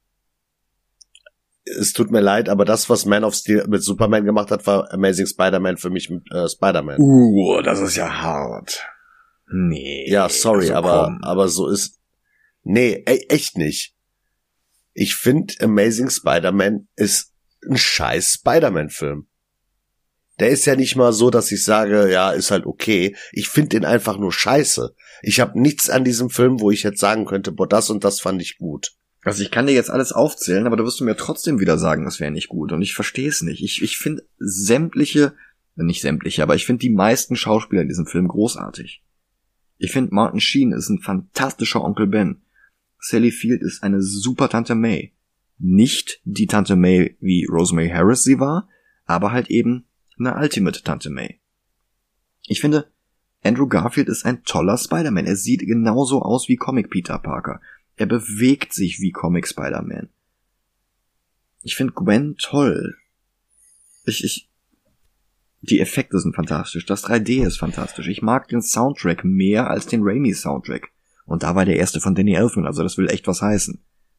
es tut mir leid, aber das, was Man of Steel mit Superman gemacht hat, war Amazing Spider-Man für mich mit äh, Spider-Man. Uh, das ist ja hart. Nee. Ja, sorry, also aber komm. aber so ist. Nee, e- echt nicht. Ich finde, Amazing Spider-Man ist ein scheiß Spider-Man-Film. Der ist ja nicht mal so, dass ich sage, ja, ist halt okay. Ich finde den einfach nur scheiße. Ich habe nichts an diesem Film, wo ich jetzt sagen könnte, boah, das und das fand ich gut. Also ich kann dir jetzt alles aufzählen, aber da wirst du mir trotzdem wieder sagen, das wäre nicht gut. Und ich verstehe es nicht. Ich, ich finde sämtliche, nicht sämtliche, aber ich finde die meisten Schauspieler in diesem Film großartig. Ich finde Martin Sheen ist ein fantastischer Onkel Ben. Sally Field ist eine super Tante May. Nicht die Tante May, wie Rosemary Harris sie war, aber halt eben eine Ultimate Tante May. Ich finde, Andrew Garfield ist ein toller Spider-Man. Er sieht genauso aus wie Comic Peter Parker. Er bewegt sich wie Comic Spider-Man. Ich finde Gwen toll. Ich, ich, die Effekte sind fantastisch. Das drei D ist fantastisch. Ich mag den Soundtrack mehr als den Raimi-Soundtrack. Und da war der erste von Danny Elfman, also das will echt was heißen.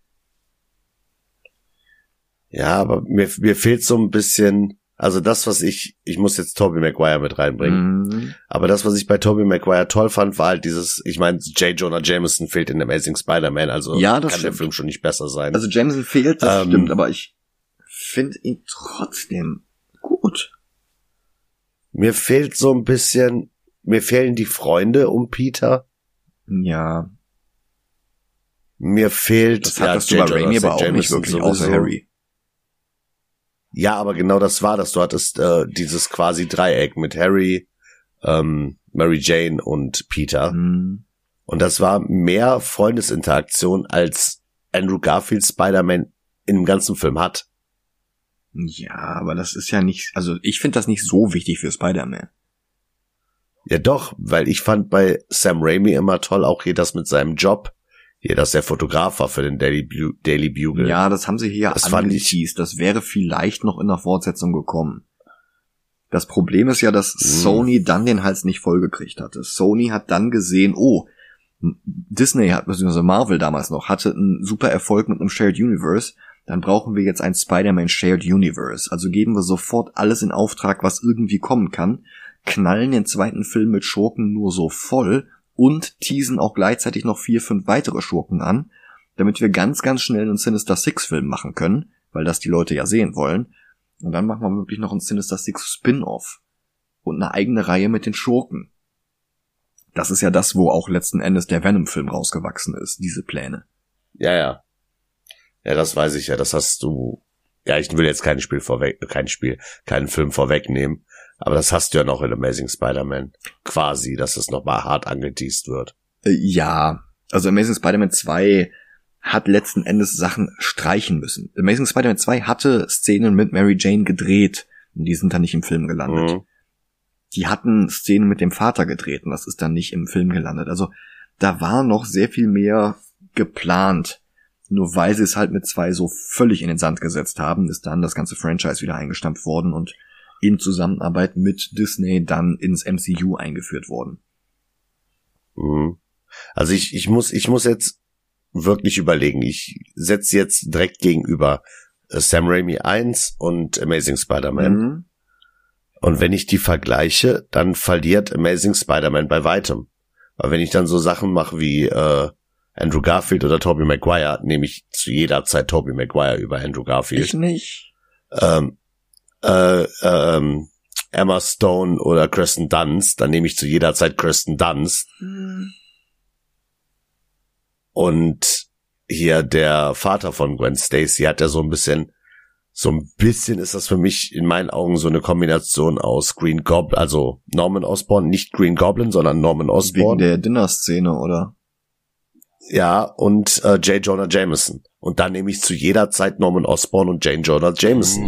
Ja, aber mir, mir fehlt so ein bisschen, also das, was ich, ich muss jetzt Tobey Maguire mit reinbringen, Mhm. aber das, was ich bei Tobey Maguire toll fand, war halt dieses, ich meine, J. Jonah Jameson fehlt in Amazing Spider-Man, also Ja, das kann stimmt. der Film schon nicht besser sein. Also Jameson fehlt, das Ähm, stimmt, aber ich finde ihn trotzdem gut. Mir fehlt so ein bisschen, mir fehlen die Freunde um Peter. Ja, Mir fehlt, das hattest du bei Raimi aber auch nicht wirklich, außer Harry. Ja, aber genau das war das. Du hattest äh, dieses quasi Dreieck mit Harry, ähm, Mary Jane und Peter. Hm. Und das war mehr Freundesinteraktion, als Andrew Garfield Spider-Man in dem ganzen Film hat. Ja, aber das ist ja nicht, also ich finde das nicht so wichtig für Spider-Man. Ja doch, weil ich fand bei Sam Raimi immer toll, auch hier das mit seinem Job, hier, dass er Fotograf war für den Daily, Bu- Daily Bugle. Ja, das haben sie hier Das fand ich- angeteased. Das wäre vielleicht noch in der Fortsetzung gekommen. Das Problem ist ja, dass Hm. Sony dann den Hals nicht vollgekriegt hatte. Sony hat dann gesehen, oh, Disney hat, beziehungsweise Marvel damals noch, hatte einen super Erfolg mit einem Shared Universe. Dann brauchen wir jetzt ein Spider-Man Shared Universe. Also geben wir sofort alles in Auftrag, was irgendwie kommen kann, knallen den zweiten Film mit Schurken nur so voll und teasen auch gleichzeitig noch vier, fünf weitere Schurken an, damit wir ganz, ganz schnell einen Sinister Six Film machen können, weil das die Leute ja sehen wollen. Und dann machen wir wirklich noch einen Sinister Six Spin-Off und eine eigene Reihe mit den Schurken. Das ist ja das, wo auch letzten Endes der Venom-Film rausgewachsen ist, diese Pläne. Ja, ja. Ja, das weiß ich ja. Das hast du. Ja, ich will jetzt kein Spiel vorweg, kein Spiel, keinen Film vorwegnehmen. Aber das hast du ja noch in Amazing Spider-Man. Quasi, dass es nochmal hart angeteased wird. Äh, ja, also Amazing Spider-Man zwei hat letzten Endes Sachen streichen müssen. Amazing Spider-Man zwei hatte Szenen mit Mary Jane gedreht, Und die sind dann nicht im Film gelandet. Mhm. Die hatten Szenen mit dem Vater gedreht und das ist dann nicht im Film gelandet. Also da war noch sehr viel mehr geplant. Nur weil sie es halt mit zwei so völlig in den Sand gesetzt haben, ist dann das ganze Franchise wieder eingestampft worden und in Zusammenarbeit mit Disney dann ins M C U eingeführt worden. Also ich, ich muss, ich muss jetzt wirklich überlegen. Ich setze jetzt direkt gegenüber Sam Raimi eins und Amazing Spider-Man. Mhm. Und wenn ich die vergleiche, dann verliert Amazing Spider-Man bei weitem. Weil wenn ich dann so Sachen mache wie äh, Andrew Garfield oder Tobey Maguire, nehme ich zu jeder Zeit Tobey Maguire über Andrew Garfield. Ich nicht. Ähm, äh, ähm, Emma Stone oder Kirsten Dunst, dann nehme ich zu jeder Zeit Kirsten Dunst. Hm. Und hier der Vater von Gwen Stacy hat ja so ein bisschen, so ein bisschen ist das für mich in meinen Augen so eine Kombination aus Green Goblin, also Norman Osborn, nicht Green Goblin, sondern Norman Osborn. Wegen der Dinner-Szene, oder? Ja, und äh, J. Jonah Jameson. Und dann nehme ich zu jeder Zeit Norman Osborn und J. Jonah Jameson.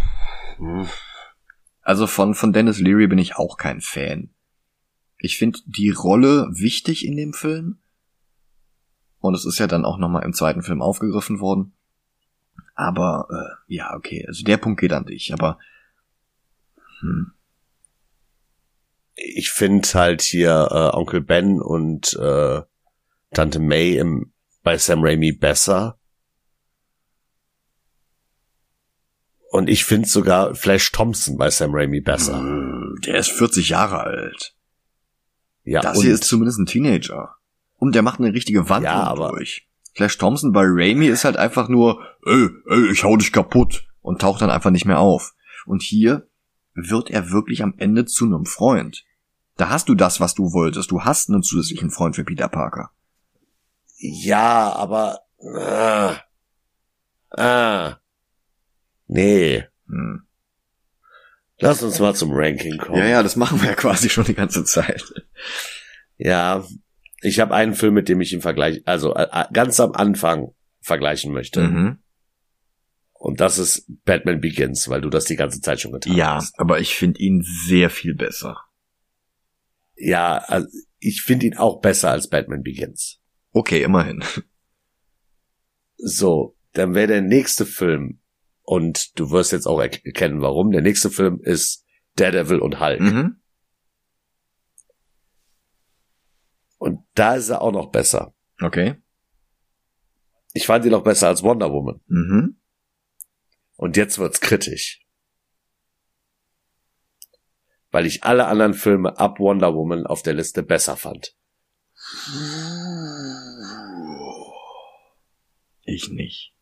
Also von von Dennis Leary bin ich auch kein Fan. Ich finde die Rolle wichtig in dem Film. Und es ist ja dann auch nochmal im zweiten Film aufgegriffen worden. Aber, äh, ja, okay, also der Punkt geht an dich, aber hm. Ich finde halt hier äh, Onkel Ben und äh, Tante May im, bei Sam Raimi besser. Und ich finde sogar Flash Thompson bei Sam Raimi besser. Der ist vierzig Jahre alt. Ja, das hier ist zumindest ein Teenager. Und der macht eine richtige Wand ja, durch. Flash Thompson bei Raimi ist halt einfach nur, ey, ey, ich hau dich kaputt. Und taucht dann einfach nicht mehr auf. Und hier wird er wirklich am Ende zu einem Freund. Da hast du das, was du wolltest. Du hast einen zusätzlichen Freund für Peter Parker. Ja, aber ah, ah, nee. Hm. Lass uns mal zum Ranking kommen. Ja, ja, das machen wir ja quasi schon die ganze Zeit. Ja, ich habe einen Film, mit dem ich ihn vergleiche, also äh, ganz am Anfang vergleichen möchte. Mhm. Und das ist Batman Begins, weil du das die ganze Zeit schon getan ja, hast. Ja, aber ich finde ihn sehr viel besser. Ja, also ich finde ihn auch besser als Batman Begins. Okay, immerhin. So, dann wäre der nächste Film, und du wirst jetzt auch erkennen, warum, der nächste Film ist Daredevil und Hulk. Mhm. Und da ist er auch noch besser. Okay. Ich fand ihn noch besser als Wonder Woman. Mhm. Und jetzt wird's kritisch. Weil ich alle anderen Filme ab Wonder Woman auf der Liste besser fand. Ich nicht.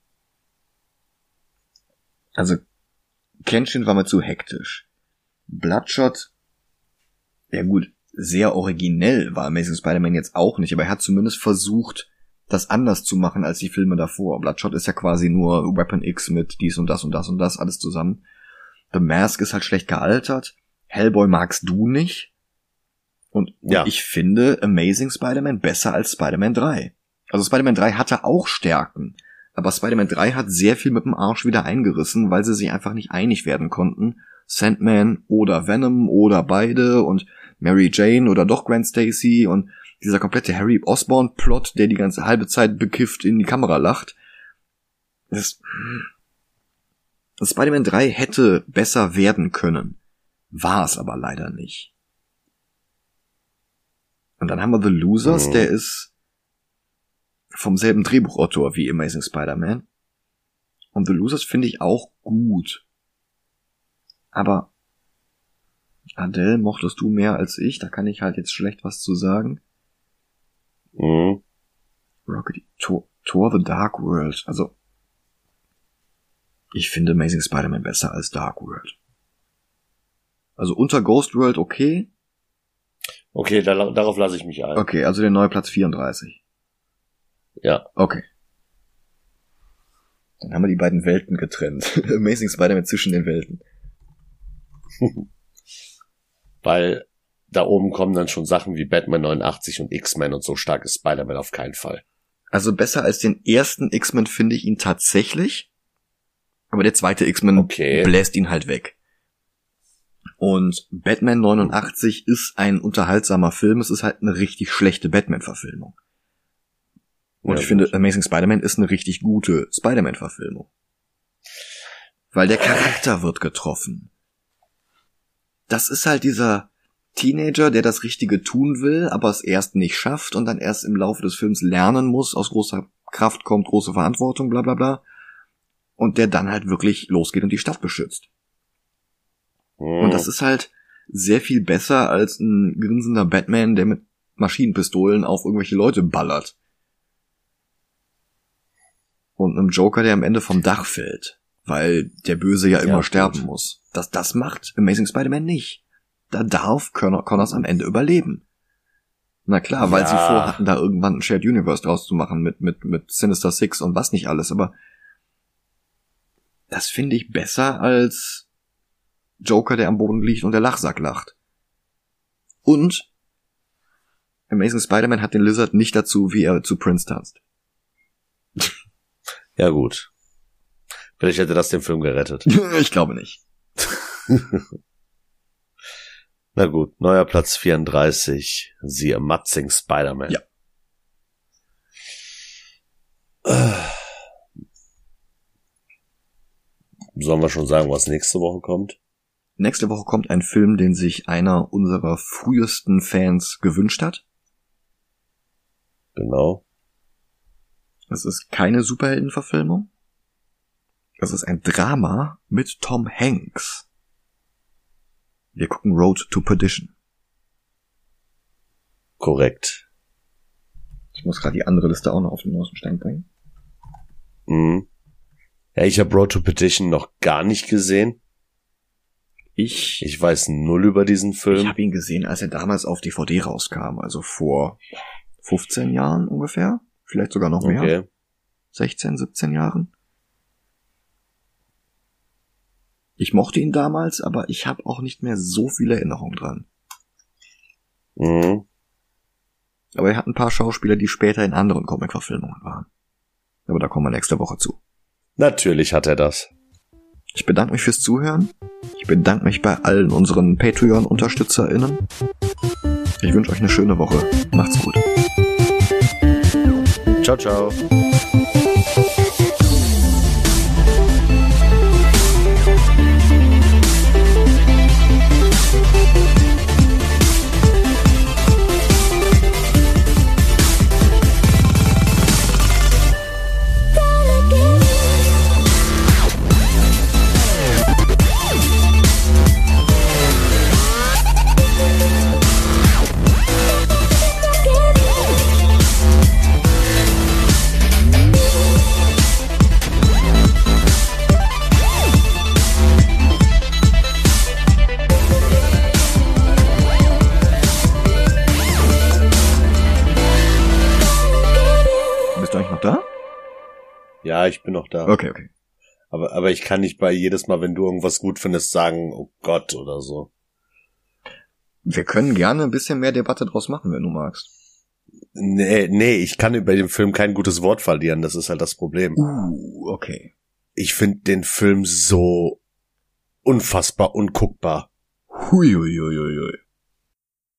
Also, Kenshin war mir zu hektisch. Bloodshot, ja gut, sehr originell war Amazing Spider-Man jetzt auch nicht, aber er hat zumindest versucht, das anders zu machen als die Filme davor. Bloodshot ist ja quasi nur Weapon X mit dies und das und das und das, alles zusammen. The Mask ist halt schlecht gealtert. Hellboy magst du nicht. Und, ja. und ich finde Amazing Spider-Man besser als Spider-Man drei. Also Spider-Man drei hatte auch Stärken, aber Spider-Man drei hat sehr viel mit dem Arsch wieder eingerissen, weil sie sich einfach nicht einig werden konnten. Sandman oder Venom oder beide und Mary Jane oder doch Gwen Stacy und dieser komplette Harry Osborn-Plot, der die ganze halbe Zeit bekifft in die Kamera lacht. Das, das Spider-Man drei hätte besser werden können, war es aber leider nicht. Und dann haben wir The Losers, mhm. der ist vom selben Drehbuchautor wie Amazing Spider-Man. Und The Losers finde ich auch gut. Aber Adele mochtest du mehr als ich, da kann ich halt jetzt schlecht was zu sagen. Mhm. Rocket, Thor, Thor The Dark World, also ich finde Amazing Spider-Man besser als Dark World. Also unter Ghost World okay. Okay, da, darauf lasse ich mich ein. Okay, also der neue Platz vierunddreißig. Ja. Okay. Dann haben wir die beiden Welten getrennt. Amazing Spider-Man zwischen den Welten. Weil da oben kommen dann schon Sachen wie Batman neunundachtzig und X-Men und so stark ist Spider-Man auf keinen Fall. Also besser als den ersten X-Men finde ich ihn tatsächlich. Aber der zweite X-Men okay. bläst ihn halt weg. Und Batman neunundachtzig ist ein unterhaltsamer Film. Es ist halt eine richtig schlechte Batman-Verfilmung. Und ja, ich finde, Amazing Spider-Man ist eine richtig gute Spider-Man-Verfilmung. Weil der Charakter wird getroffen. Das ist halt dieser Teenager, der das Richtige tun will, aber es erst nicht schafft und dann erst im Laufe des Films lernen muss. Aus großer Kraft kommt große Verantwortung, bla bla bla. Und der dann halt wirklich losgeht und die Stadt beschützt. Oh. Und das ist halt sehr viel besser als ein grinsender Batman, der mit Maschinenpistolen auf irgendwelche Leute ballert. Und einem Joker, der am Ende vom Dach fällt, weil der Böse ja immer ja, sterben muss. Das, das macht Amazing Spider-Man nicht. Da darf Connor, Connors am Ende überleben. Na klar, weil ja. sie vorhatten, da irgendwann ein Shared Universe draus zu machen mit, mit, mit Sinister Six und was nicht alles, aber das finde ich besser als Joker, der am Boden liegt und der Lachsack lacht. Und Amazing Spider-Man hat den Lizard nicht dazu, wie er zu Prince tanzt. Ja gut. Vielleicht hätte das den Film gerettet. Ich glaube nicht. Na gut, neuer Platz vierunddreißig. The Amazing Spider-Man. Ja. Sollen wir schon sagen, was nächste Woche kommt? Nächste Woche kommt ein Film, den sich einer unserer frühesten Fans gewünscht hat. Genau. Es ist keine Superheldenverfilmung. Es ist ein Drama mit Tom Hanks. Wir gucken Road to Perdition. Korrekt. Ich muss gerade die andere Liste auch noch auf den neuesten Stand bringen. Mhm. Ja, ich habe Road to Perdition noch gar nicht gesehen. Ich Ich weiß null über diesen Film. Ich habe ihn gesehen, als er damals auf D V D rauskam, also vor fünfzehn Jahren ungefähr. Vielleicht sogar noch mehr. Okay. sechzehn, siebzehn Jahren. Ich mochte ihn damals, aber ich habe auch nicht mehr so viel Erinnerung dran. Mhm. Aber er hat ein paar Schauspieler, die später in anderen Comic-Verfilmungen waren. Aber da kommen wir nächste Woche zu. Natürlich hat er das. Ich bedanke mich fürs Zuhören. Ich bedanke mich bei allen unseren Patreon-UnterstützerInnen. Ich wünsche euch eine schöne Woche. Macht's gut. Ciao, ciao. Ja, ich bin noch da. Okay, okay. Aber, aber ich kann nicht bei jedes Mal, wenn du irgendwas gut findest, sagen, oh Gott oder so. Wir können gerne ein bisschen mehr Debatte draus machen, wenn du magst. Nee, nee, ich kann bei dem Film kein gutes Wort verlieren, das ist halt das Problem. Uh, okay. Ich finde den Film so unfassbar unguckbar. Hui, hui, hui, hui.